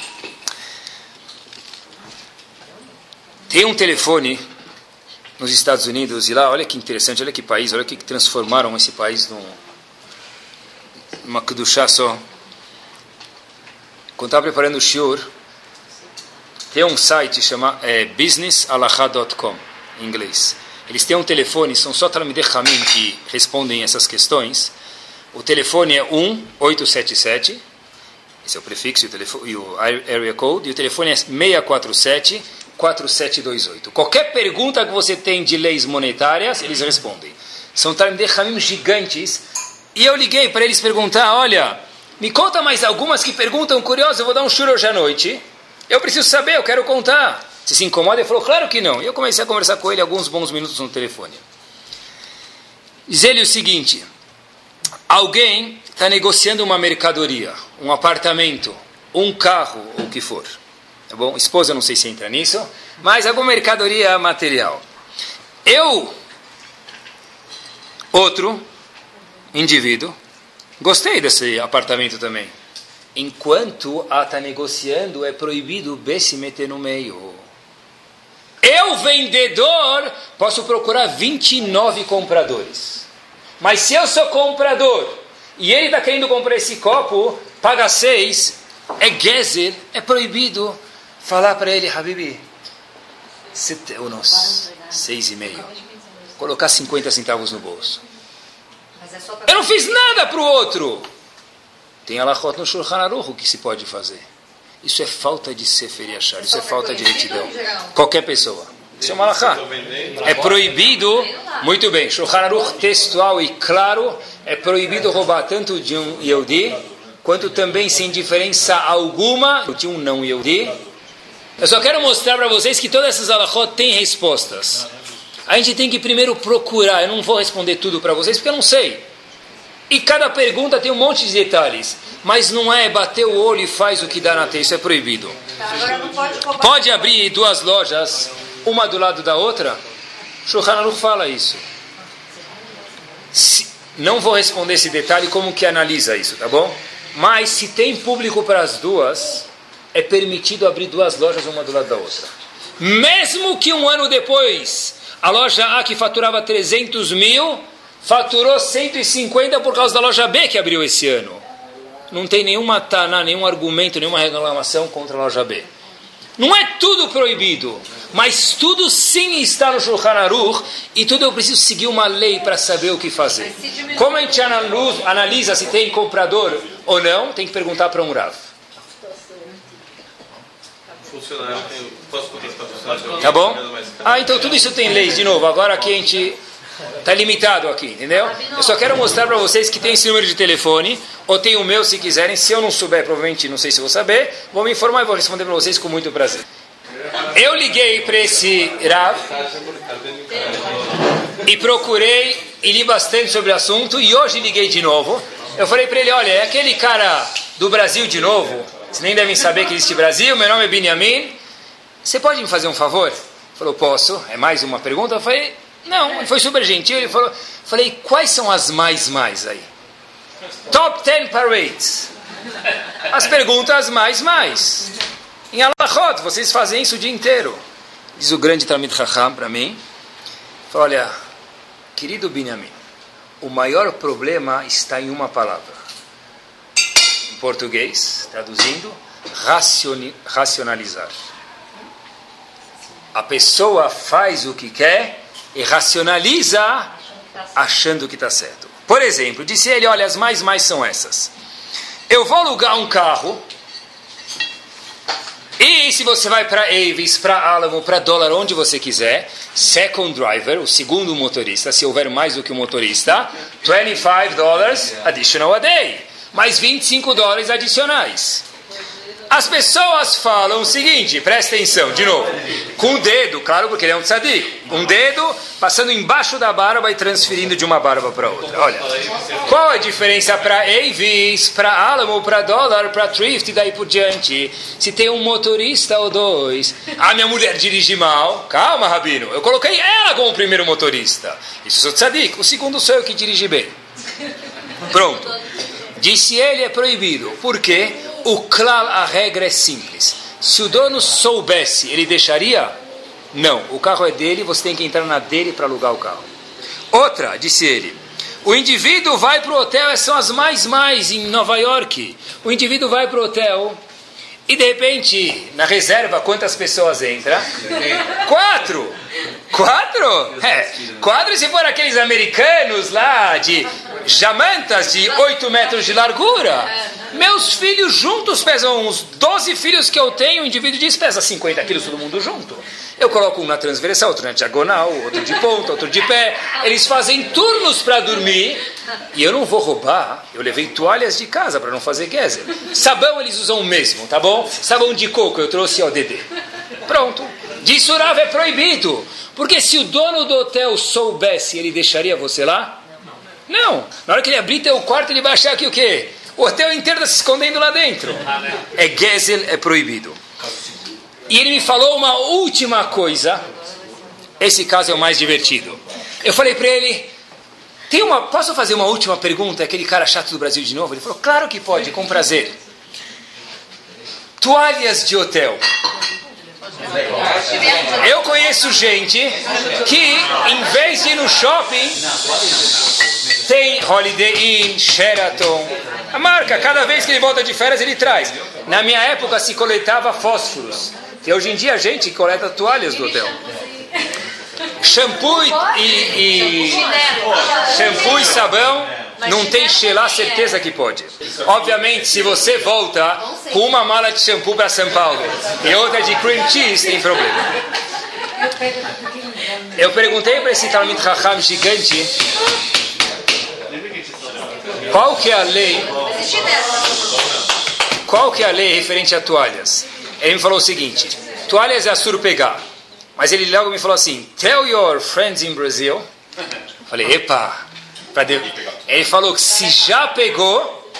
Tem um telefone nos Estados Unidos, e lá, olha que interessante, olha que país, olha que transformaram esse país numa kedushá só. Quando estava preparando o shiur, tem um site chama businessalaha.com, em inglês. Eles têm um telefone, são só Talmidei Chamim que respondem essas questões. O telefone é 1877, esse é o prefixo e o area code, e o telefone é 647-4728. Qualquer pergunta que você tem de leis monetárias, eles respondem. São Talmidei Chamim gigantes, e eu liguei para eles perguntar, olha, me conta mais algumas que perguntam, curioso, eu vou dar um shur hoje à noite, eu preciso saber, eu quero contar. Se incomoda, ele falou, claro que não. E eu comecei a conversar com ele alguns bons minutos no telefone. Diz ele o seguinte, alguém está negociando uma mercadoria, um apartamento, um carro, ou o que for. Tá bom? Esposa, não sei se entra nisso, mas alguma mercadoria material. Outro indivíduo, gostei desse apartamento também. Enquanto a está negociando, é proibido o B se meter no meio. Eu, vendedor, posso procurar 29 compradores. Mas se eu sou comprador e ele está querendo comprar esse copo, paga 6, é gezer, é proibido falar para ele, Habibi, 6,5. Colocar 50 centavos no bolso. Eu não fiz nada para o outro. Tem alachot no Shulchan Aruch, o que se pode fazer? Isso é falta de sefer yashar, isso é falta de retidão. Qualquer pessoa. Isso é uma alachá. É proibido, muito bem, Shulchan Aruch textual e claro, é proibido roubar tanto de um Yehudi, quanto também sem diferença alguma de um não Yehudi. Eu só quero mostrar para vocês que todas essas alachot têm respostas. A gente tem que primeiro procurar, eu não vou responder tudo para vocês, porque eu não sei. E cada pergunta tem um monte de detalhes. Mas não é bater o olho e faz o que dá na telha, isso é proibido. Pode abrir 2 lojas, uma do lado da outra? Shulchan Aruch fala isso. Não vou responder esse detalhe, como que analisa isso, tá bom? Mas se tem público para as duas, é permitido abrir 2 lojas, uma do lado da outra. Mesmo que um ano depois, a loja A que faturava 300 mil, faturou 150 por causa da loja B que abriu esse ano. Não tem nenhuma taná, nenhum argumento, nenhuma reclamação contra a loja B. Não é tudo proibido, mas tudo sim está no Shulchan Aruch, e tudo eu preciso seguir uma lei para saber o que fazer. Como a gente analisa se tem comprador ou não, tem que perguntar para um Rav. Tá bom? Então tudo isso tem leis, de novo, agora aqui a gente está limitado aqui, entendeu? Eu só quero mostrar para vocês que tem esse número de telefone, ou tem o meu se quiserem. Se eu não souber, provavelmente não sei se vou saber, vou me informar e vou responder para vocês com muito prazer. Eu liguei para esse Rav e procurei e li bastante sobre o assunto, e hoje liguei de novo. Eu falei para ele, olha, é aquele cara do Brasil de novo, vocês nem devem saber que existe Brasil, meu nome é Binyamin, você pode me fazer um favor? Ele falou, posso, é mais uma pergunta? Eu falei, Não, ele foi super gentil, ele falou, falei, quais são as mais aí? Top 10 parades. As perguntas mais. Em Alachot, vocês fazem isso o dia inteiro. Diz o grande Talmid Chacham para mim, fala, olha, querido Binyamin, o maior problema está em uma palavra. Em português, traduzindo, racionalizar. A pessoa faz o que quer e racionaliza achando que está certo. Por exemplo, disse ele, olha, as mais são essas. Eu vou alugar um carro e se você vai para Avis, para Alamo, para Dólar, onde você quiser, second driver, o segundo motorista, se houver mais do que um motorista, $25 additional a day, mais $25 adicionais. As pessoas falam o seguinte, presta atenção, de novo, com o dedo, claro, porque ele é um tzadik, um dedo passando embaixo da barba e transferindo de uma barba para outra. Olha, qual a diferença para Avis, para Alamo, para Dólar, para Thrift e daí por diante? Se tem um motorista ou dois, a minha mulher dirige mal, calma, Rabino, eu coloquei ela como primeiro motorista, isso sou tzadik, o segundo sou eu que dirige bem. Pronto. Disse ele, é proibido, por quê? O klal, a regra é simples. Se o dono soubesse, ele deixaria? Não, o carro é dele, você tem que entrar na dele para alugar o carro. Outra, disse ele, o indivíduo vai para o hotel, são as mais em Nova York. O indivíduo vai para o hotel e de repente, na reserva, quantas pessoas entram? 4! 4 se for aqueles americanos lá de jamantas de 8 metros de largura. Meus filhos juntos pesam uns 12 filhos que eu tenho, o indivíduo diz pesa 50 quilos todo mundo junto. Eu coloco um na transversal, outro na diagonal, outro de ponta, outro de pé. Eles fazem turnos para dormir e eu não vou roubar. Eu levei toalhas de casa para não fazer gezer. Sabão eles usam o mesmo, tá bom? Sabão de coco eu trouxe ao Dedê. Pronto. Disse o Rav, é proibido. Porque se o dono do hotel soubesse, ele deixaria você lá? Não. Na hora que ele abrir teu quarto, ele vai achar que o quê? O hotel inteiro está se escondendo lá dentro. É gezel, é proibido. E ele me falou uma última coisa. Esse caso é o mais divertido. Eu falei para ele, posso fazer uma última pergunta? Aquele cara chato do Brasil de novo? Ele falou, claro que pode, com prazer. Toalhas de hotel. Eu conheço gente que, em vez de ir no shopping, tem Holiday Inn, Sheraton, a marca, cada vez que ele volta de férias ele traz. Na minha época se coletava fósforos, e hoje em dia a gente coleta toalhas do hotel. Shampoo shampoo e sabão, não tem Sheila, certeza que pode. Obviamente, se você volta com uma mala de shampoo para São Paulo e outra de cream cheese, tem problema. Eu perguntei para esse Talmid Chacham gigante qual que é a lei referente a toalhas. Ele me falou o seguinte, toalhas é assur pegar. Mas ele logo me falou assim, tell your friends in Brazil. Falei, epa. Ele falou que se já pegou,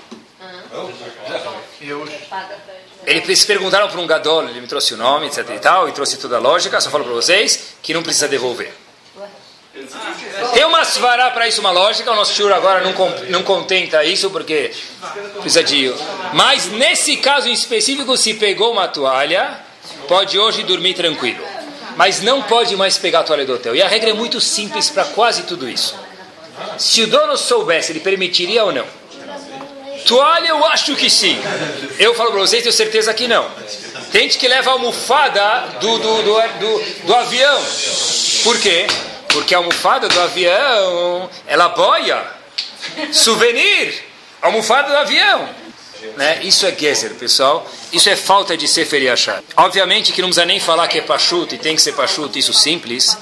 eles perguntaram para um gadol, ele me trouxe o nome, etc e tal, e trouxe toda a lógica, só falo para vocês que não precisa devolver. Tem uma svará para isso, uma lógica, o nosso shiur agora não contenta isso, porque precisa de... Mas nesse caso em específico, se pegou uma toalha, pode hoje dormir tranquilo. Mas não pode mais pegar a toalha do hotel. E a regra é muito simples para quase tudo isso. Se o dono soubesse, ele permitiria ou não? Toalha, eu acho que sim. Eu falo para vocês, tenho certeza que não. Tem gente que leva a almofada do avião. Por quê? Porque a almofada do avião, ela boia. Souvenir. Almofada do avião. Né? Isso é gezer, pessoal. Isso é falta de sefer yashar. Obviamente que não precisa nem falar que é pachut e tem que ser pachut, isso simples.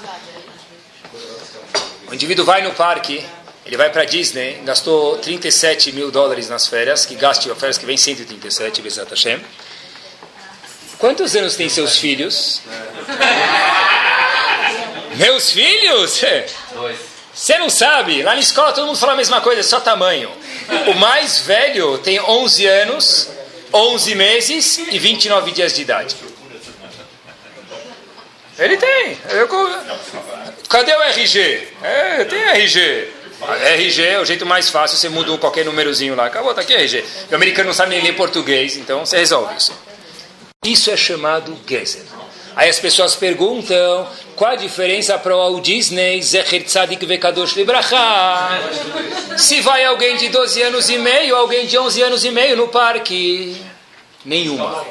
O indivíduo vai no parque, ele vai para Disney, gastou $37 mil nas férias, que gaste as férias que vem 137, Bezat Hashem. Quantos anos tem seus filhos? Meus filhos? 2. Você não sabe, lá na escola todo mundo fala a mesma coisa, é só tamanho. O mais velho tem 11 anos, 11 meses e 29 dias de idade. Ele tem. Cadê o RG? Tem RG. RG é o jeito mais fácil, você muda qualquer númerozinho lá. Acabou, tá aqui RG. O americano não sabe nem ler português, então você resolve isso. Isso é chamado Gezer. Aí as pessoas perguntam qual a diferença para o Walt Disney, Zecher Tzadik Vekadosh Libracha. Se vai alguém de 12 anos e meio, alguém de 11 anos e meio no parque. Nenhuma.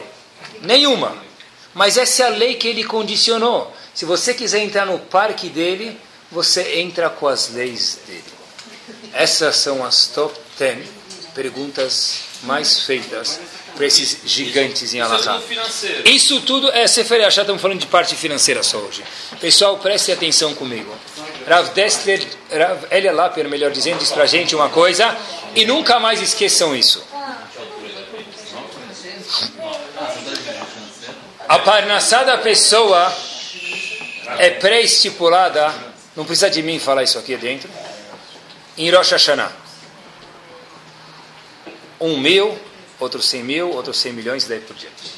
Mas essa é a lei que ele condicionou. Se você quiser entrar no parque dele, você entra com as leis dele. Essas são as top 10 perguntas mais feitas para esses gigantes em Halakha. Isso tudo é Sefer Yashar, estamos falando de parte financeira só hoje. Pessoal, prestem atenção comigo. Rav Dessler, Rav Elia Laper, melhor dizendo, diz para a gente uma coisa, e nunca mais esqueçam isso. A parnassá da pessoa é pré-estipulada, não precisa de mim falar isso aqui dentro, em Rosh Hashanah. 1.000, outros 100.000, outros 100 milhões, e daí por diante.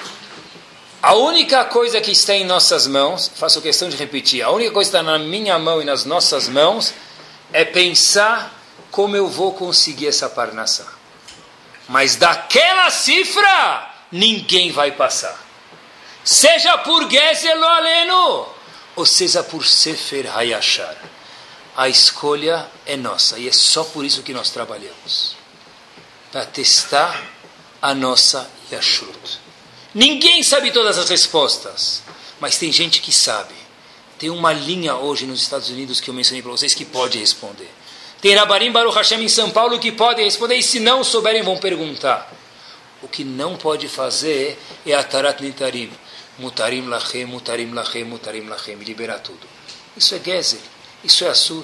A única coisa que está em nossas mãos, faço questão de repetir, a única coisa que está na minha mão e nas nossas mãos é pensar como eu vou conseguir essa parnassá. Mas daquela cifra, ninguém vai passar. Seja por Gezer Lo Alenu, ou seja por Sefer Hayashar. A escolha é nossa, e é só por isso que nós trabalhamos. Para testar a nossa Yashrut. Ninguém sabe todas as respostas, mas tem gente que sabe. Tem uma linha hoje nos Estados Unidos que eu mencionei para vocês que pode responder. Tem Rabarim Baruch Hashem em São Paulo que pode responder, e se não souberem vão perguntar. O que não pode fazer é Atarat Nitarim. Mutarim lachem, mutarim lachem, mutarim lachem. Liberar tudo. Isso é Gezer, isso é Assur.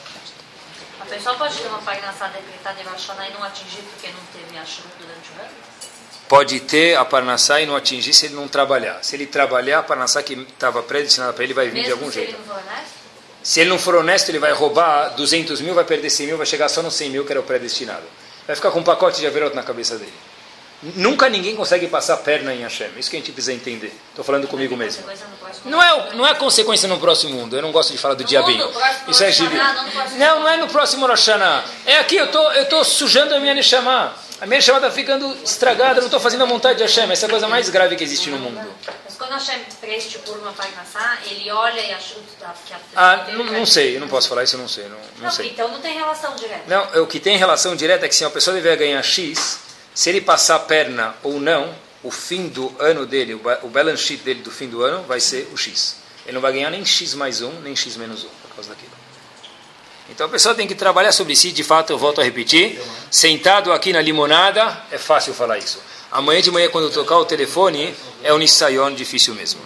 A pessoa pode ter uma parnassá decretada em Rosh Hashanah e não atingir porque não teve Yashrut durante o ano? Pode ter a parnassá e não atingir se ele não trabalhar. Se ele trabalhar, a parnassá que estava predestinada para ele vai vir mesmo de algum se jeito. Ele não for honesto? Se ele não for honesto, ele vai roubar 200 mil, vai perder 100 mil, vai chegar só nos 100 mil que era o predestinado. Vai ficar com um pacote de averot na cabeça dele. Nunca ninguém consegue passar perna em Hashem. Isso que a gente precisa entender. Estou falando comigo mesmo. Não é consequência no próximo mundo. Eu não gosto de falar do diabinho. Isso é gibi. Não é no próximo Rosh Hashanah. É aqui, eu estou sujando a minha Neshama. A minha Neshama está ficando estragada. Eu não estou fazendo a vontade de Hashem. Essa é a coisa mais grave que existe no mundo. Mas quando Hashem prestipula uma parnassá, ele olha e Yashrut não sei. Eu não posso falar isso, eu não sei. Não sei. Então não tem relação direta. Não, o que tem relação direta é que se uma pessoa deveria ganhar X... Se ele passar a perna ou não, o fim do ano dele, o balance sheet dele do fim do ano vai ser o X. Ele não vai ganhar nem X mais 1, nem X menos 1, por causa daquilo. Então a pessoa tem que trabalhar sobre si, de fato, eu volto a repetir, sentado aqui na limonada, é fácil falar isso. Amanhã de manhã, quando eu tocar o telefone, é um Nisayon difícil mesmo.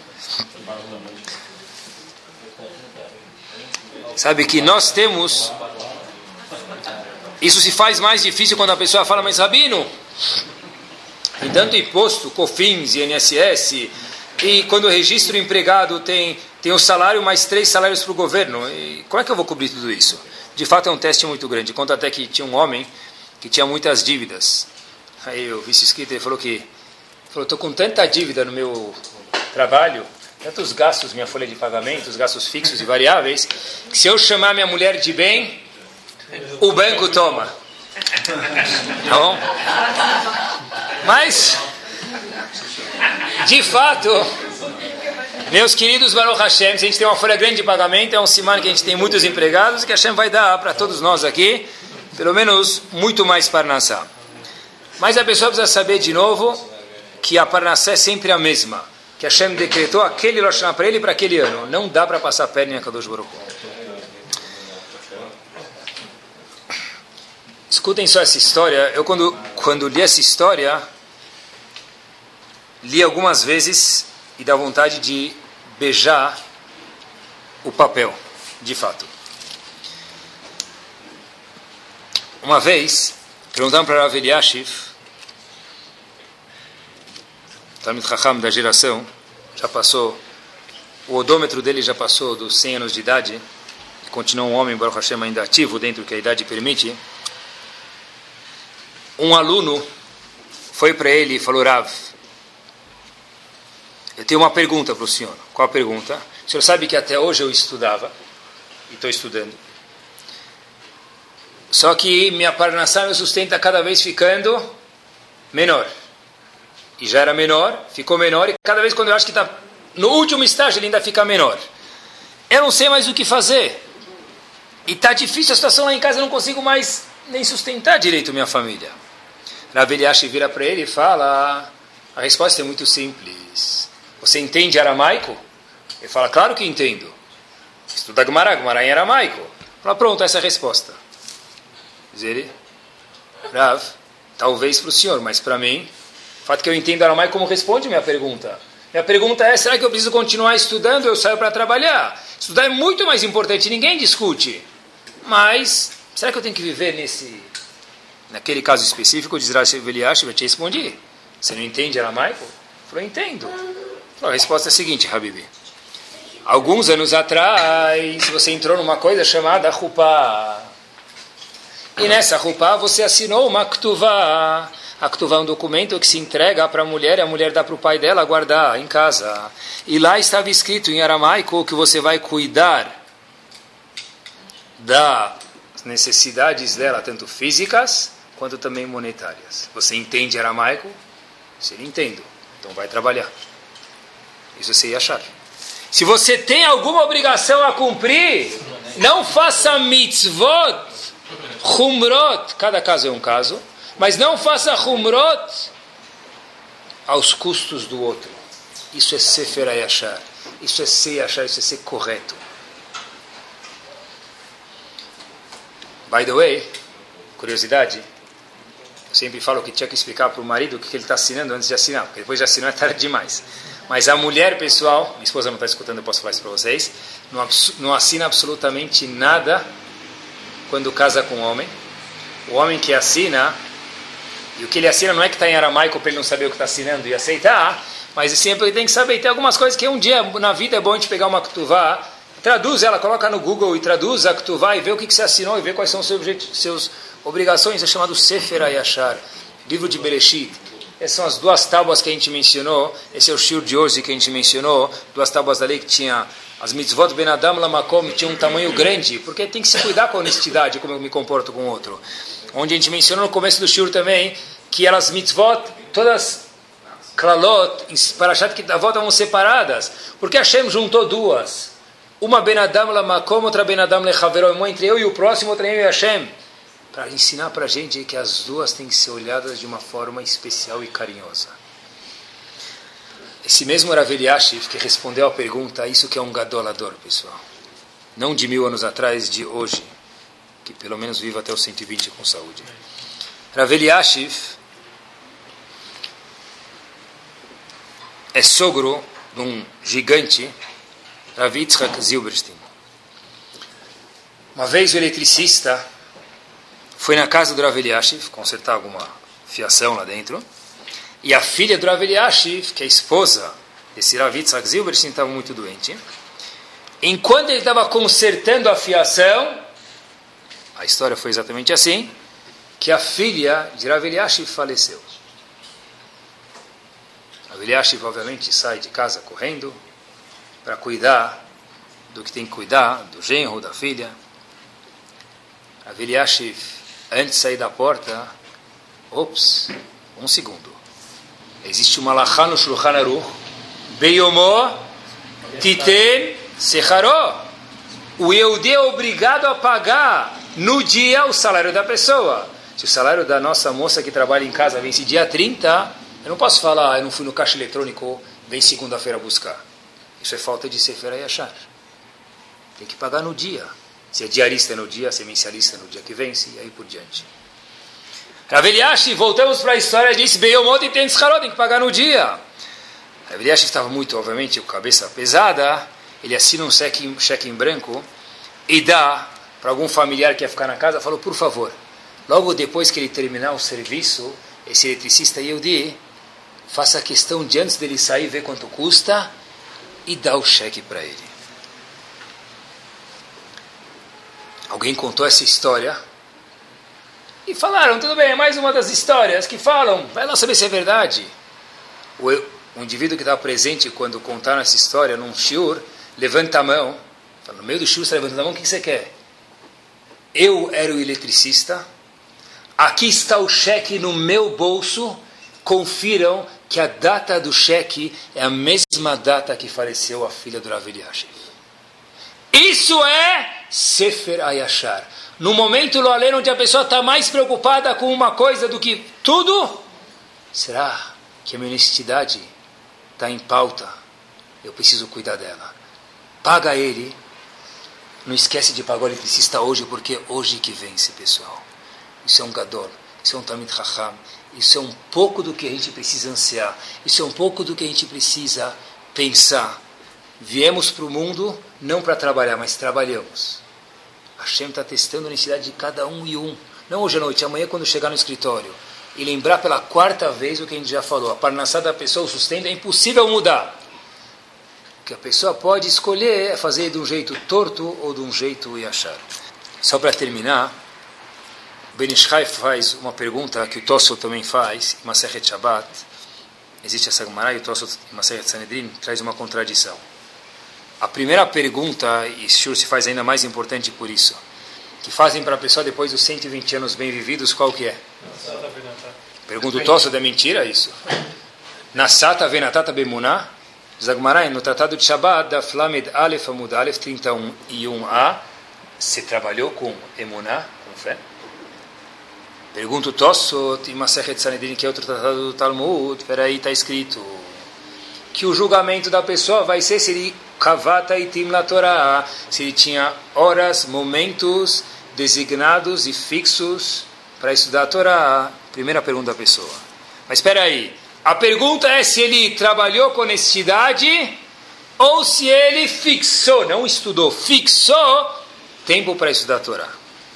Sabe que nós temos... Isso se faz mais difícil quando a pessoa fala, mas Rabino... Tem tanto imposto, COFINS e INSS, e quando eu registro o empregado tem o salário mais 3 salários para o governo. E como é que eu vou cobrir tudo isso? De fato é um teste muito grande. Conta até que tinha um homem que tinha muitas dívidas. Aí o vice-escrito ele falou, estou com tanta dívida no meu trabalho, tantos gastos, minha folha de pagamento, os gastos fixos e variáveis, que se eu chamar minha mulher de bem, o banco toma. Tá bom? Mas, de fato, meus queridos Baruch Hashem, se a gente tem uma folha grande de pagamento, é um siman que a gente tem muitos empregados e que Hashem vai dar para todos nós aqui, pelo menos, muito mais parnassá. Mas a pessoa precisa saber de novo que a parnassá é sempre a mesma. Que Hashem decretou aquele Rosh Hashanah para ele e para aquele ano. Não dá para passar perna em Akadosh Baruch Hu. Escutem só essa história. Eu, quando li essa história, li algumas vezes e dá vontade de beijar o papel, de fato. Uma vez, perguntaram para Rav Eliashiv, Talmid Chacham da geração, já passou, o odômetro dele já passou dos 100 anos de idade, continua um homem, Baruch Hashem, ainda ativo dentro do que a idade permite. Um aluno foi para ele e falou, Rav, Eu tenho uma pergunta para o senhor. Qual a pergunta? O senhor sabe que até hoje eu estudava, e estou estudando. Só que minha parnassá, meu sustento, está cada vez ficando menor. E já era menor, ficou menor, e cada vez quando eu acho que está no último estágio, ele ainda fica menor. Eu não sei mais o que fazer. E está difícil a situação lá em casa, eu não consigo mais nem sustentar direito minha família. Rav Eliashi vira para ele e fala, a resposta é muito simples. Você entende aramaico? Ele fala, claro que entendo. Estuda Gemara, Gemara em aramaico. Fala, pronto, essa é a resposta. Diz ele, Rav, talvez para o senhor, mas para mim, o fato que eu entendo aramaico, como responde minha pergunta? Minha pergunta é, será que eu preciso continuar estudando? Eu saio para trabalhar. Estudar é muito mais importante, ninguém discute. Mas, será que eu tenho que viver naquele caso específico? Diz Rav Eliashi, eu te respondi. Você não entende aramaico? Ele falou, entendo. A resposta é a seguinte, Habibi. Alguns anos atrás, você entrou numa coisa chamada Chupá. E nessa Chupá você assinou uma Ktuvá. A Ktuvá é um documento que se entrega para a mulher e a mulher dá para o pai dela guardar em casa. E lá estava escrito em aramaico que você vai cuidar das necessidades dela, tanto físicas quanto também monetárias. Você entende aramaico? Se ele entende, então vai trabalhar. Isso você ia achar. Se você tem alguma obrigação a cumprir, não faça mitzvot, humrot, cada caso é um caso, mas não faça humrot aos custos do outro. Isso é sefer hayashar. Isso é ser achar, isso é ser correto. By the way, curiosidade, eu sempre falo que tinha que explicar para o marido o que ele está assinando antes de assinar, porque depois de assinar é tarde demais. Mas a mulher, pessoal, minha esposa não está escutando, eu posso falar isso para vocês, não assina absolutamente nada quando casa com o homem. O homem que assina, e o que ele assina não é que está em aramaico para ele não saber o que está assinando e aceitar, mas sempre ele tem que saber. Tem algumas coisas que um dia na vida é bom a gente pegar uma ktuvá, traduz ela, coloca no Google e traduz a ktuvá e vê o que você assinou e vê quais são os seus obrigações. É chamado Sefer HaYashar, livro de Bereshit. Essas são as duas tábuas que a gente mencionou. Esse é o shiur de hoje que a gente mencionou. Duas tábuas da lei que tinha as mitzvot ben adam lamakom, tinha um tamanho grande, porque tem que se cuidar com a honestidade, como eu me comporto com o outro. Onde a gente mencionou no começo do shiur também, que elas mitzvot, todas klalot, parashat kitavot, estavam separadas, porque Hashem juntou duas. Uma ben adam lamakom, outra ben adam lechavero, uma entre eu e o próximo, outra eu e Hashem. Para ensinar para a gente que as duas têm que ser olhadas de uma forma especial e carinhosa. Esse mesmo Rav Eliashi que respondeu a pergunta, isso que é um gadolador, pessoal. Não de 1000 anos atrás, de hoje, que pelo menos vive até os 120 com saúde. Rav Eliashi é sogro de um gigante, Rav Yitzhak Zilberstein. Uma vez o eletricista foi na casa do Rav Eliashi consertar alguma fiação lá dentro, e a filha do Rav Eliashi, que é a esposa desse Rav Yitzhak Zilberstein, estava muito doente. Enquanto ele estava consertando a fiação, a história foi exatamente assim, que a filha de Rav Eliashi faleceu. Rav Eliashi, obviamente, sai de casa correndo para cuidar do que tem que cuidar, do genro, da filha. Rav Eliashi, antes de sair da porta, um segundo. Existe uma halachá no Shulchan Aruch, Beyomo Titen Secharó. O Yehudi é obrigado a pagar no dia o salário da pessoa. Se o salário da nossa moça que trabalha em casa vence dia 30, eu não posso falar, eu não fui no caixa eletrônico, vem segunda-feira buscar. Isso é falta de Sefer HaYashar. Tem que pagar no dia. Se é diarista no dia, se é mensalista no dia que vence, e aí por diante. Rav Eliashi, voltamos para a história, disse, tem que pagar no dia. Rav Eliashi estava muito, obviamente, com a cabeça pesada, ele assina um cheque em branco e dá para algum familiar que ia ficar na casa, falou, por favor, logo depois que ele terminar o serviço, esse eletricista Yehudi, faça a questão de antes dele sair, ver quanto custa e dá o cheque para ele. Alguém contou essa história e falaram, tudo bem, é mais uma das histórias que falam, vai lá saber se é verdade. um indivíduo que estava presente quando contaram essa história num shiur, levanta a mão, fala, no meio do shiur você levanta a mão, o que você quer? Eu era o eletricista, aqui está o cheque no meu bolso, confiram que a data do cheque é a mesma data que faleceu a filha do Rav Eliashiv. Isso é Sefer Ayashar. No momento, lo além, onde a pessoa está mais preocupada com uma coisa do que tudo, será que a minha honestidade está em pauta? Eu preciso cuidar dela. Paga ele. Não esquece de pagar o eletricista hoje, porque é hoje que vence, pessoal. Isso é um gadol, isso é um Talmid Chacham, isso é um pouco do que a gente precisa ansiar, isso é um pouco do que a gente precisa pensar. Viemos para o mundo não para trabalhar, mas trabalhamos. Hashem está testando a necessidade de cada um e um. Não hoje à noite, amanhã quando chegar no escritório. E lembrar pela quarta vez o que a gente já falou. A parnassá da pessoa, o sustento, é impossível mudar. O que a pessoa pode escolher é fazer de um jeito torto ou de um jeito yashar. Só para terminar, Ben Ish Chai faz uma pergunta que o Tosfot também faz, em Masechet Shabbat. Existe essa Gemara e o Tosfot em Masechet Sanedrin traz uma contradição. A primeira pergunta, e Shur se faz ainda mais importante por isso, que fazem para a pessoa depois dos 120 anos bem vividos, qual que é? Pergunta o Tosfot, é mentira isso? Nasata venatata bemuná? Zagmarai, no Tratado de Shabbat, da Flamed Aleph Amud Aleph 31a, você trabalhou com emuná, com fé? Pergunta o Tosfot, em Masechet Sanedrin, que é outro tratado do Talmud, peraí, está escrito que o julgamento da pessoa vai ser se ele kavata itim la Torah, se ele tinha horas, momentos designados e fixos para estudar a Torá. Primeira pergunta da pessoa. Mas espera aí, a pergunta é se ele trabalhou com honestidade ou se ele fixou, não estudou, fixou tempo para estudar a Torá.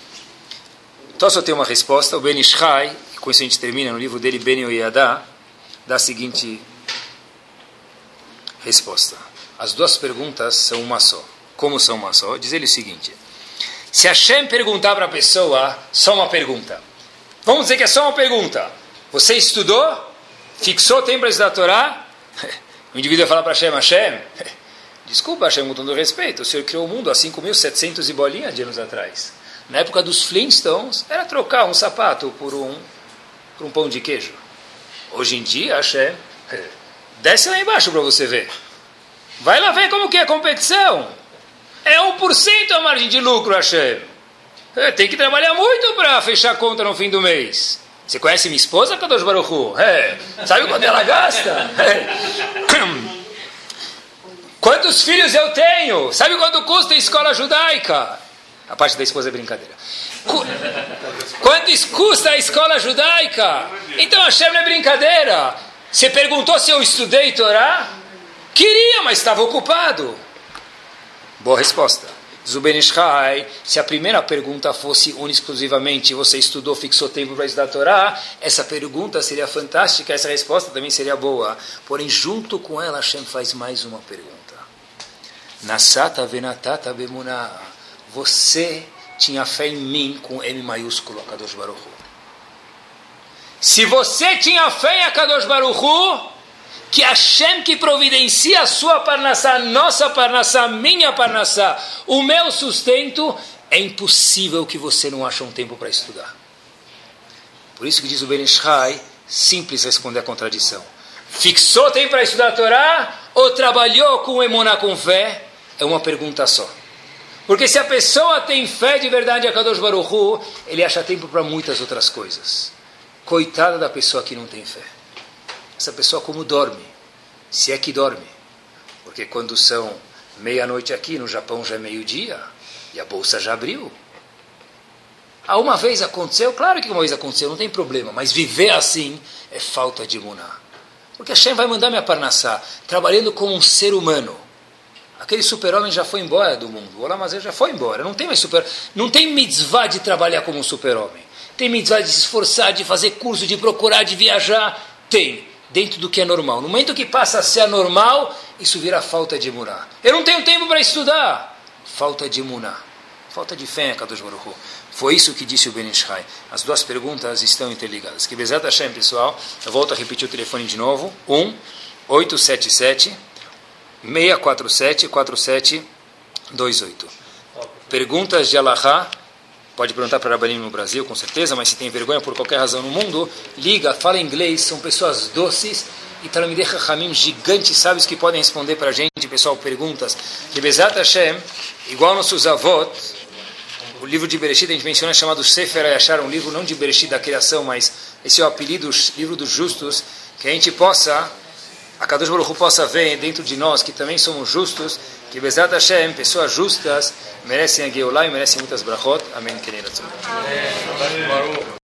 Então só tem uma resposta. O Ben Ish Chai, com isso a gente termina no livro dele, Ben Yoyadá, dá a seguinte resposta. As duas perguntas são uma só. Como são uma só? Diz ele o seguinte: se Hashem perguntar para a pessoa, só uma pergunta. Vamos dizer que é só uma pergunta. Você estudou? Fixou tempo para estudar a Torá? O indivíduo vai falar para Hashem, Hashem, desculpa Hashem, com todo respeito, o Senhor criou o mundo há 5.700 e bolinha de anos atrás. Na época dos Flintstones, era trocar um sapato por um pão de queijo. Hoje em dia, Hashem, desce lá embaixo para você ver. Vai lá ver como que é a competição. É 1% a margem de lucro, Hashem. Tem que trabalhar muito para fechar a conta no fim do mês. Você conhece minha esposa, Kadosh Baruch Hu? Sabe quanto ela gasta? Quantos filhos eu tenho? Sabe quanto custa a escola judaica? A parte da esposa é brincadeira. Quanto custa a escola judaica? Então Hashem não é brincadeira. Você perguntou se eu estudei Torá? Queria, mas estava ocupado. Boa resposta. Diz o Ben Ish Chai, se a primeira pergunta fosse exclusivamente você estudou, fixou tempo para estudar a Torá, essa pergunta seria fantástica, essa resposta também seria boa. Porém, junto com ela, Hashem faz mais uma pergunta. Nasata venatata bemuná. Você tinha fé em mim com M maiúsculo, Kadosh Baruch Hu. Se você tinha fé em Akadosh Baruch Hu, que Hashem que providencia a sua parnassá, a nossa parnassá, a minha parnassá, o meu sustento, é impossível que você não ache um tempo para estudar. Por isso que diz o Ben Ish Chai, simples responder a contradição. Fixou tempo para estudar a Torá ou trabalhou com emuná, com fé? É uma pergunta só. Porque se a pessoa tem fé de verdade a Kadosh Baruch Hu, ele acha tempo para muitas outras coisas. Coitada da pessoa que não tem fé. Essa pessoa como dorme? Se é que dorme. Porque quando são meia-noite aqui, no Japão já é meio-dia, e a bolsa já abriu. Uma vez aconteceu? Claro que uma vez aconteceu, não tem problema. Mas viver assim é falta de emuná. Porque Hashem vai mandar minha parnassá, trabalhando como um ser humano. Aquele super-homem já foi embora do mundo. O Olam Hazé já foi embora. Não tem mais não tem mitzvah de trabalhar como um super-homem. Tem mitzvah de se esforçar, de fazer curso, de procurar, de viajar. Tem. Dentro do que é normal. No momento que passa a ser anormal, isso vira falta de emuná. Eu não tenho tempo para estudar. Falta de emuná. Falta de fé, Kadosh Baruch Hu. Foi isso que disse o Ben Ish Chai. As duas perguntas estão interligadas. Que Bezat Hashem, pessoal. Eu volto a repetir o telefone de novo. 877-647-4728. Perguntas de Alahá, pode perguntar para Rabanim no Brasil, com certeza, mas se tem vergonha por qualquer razão no mundo, liga, fala inglês, são pessoas doces e Talmidei Chachamim gigantes, sábios que podem responder para a gente, pessoal, perguntas. Que Bezat Hashem, igual nossos avós, o livro de Bereshit, a gente menciona, chamado Sefer HaYashar, um livro não de Bereshit da criação, mas esse é o apelido, livro dos justos, que a gente possa, a Kadosh Baruch Hu possa ver dentro de nós, que também somos justos, que Bezat Hashem, pessoas justas, merecem a Geulah e merecem muitas brachot. Amém.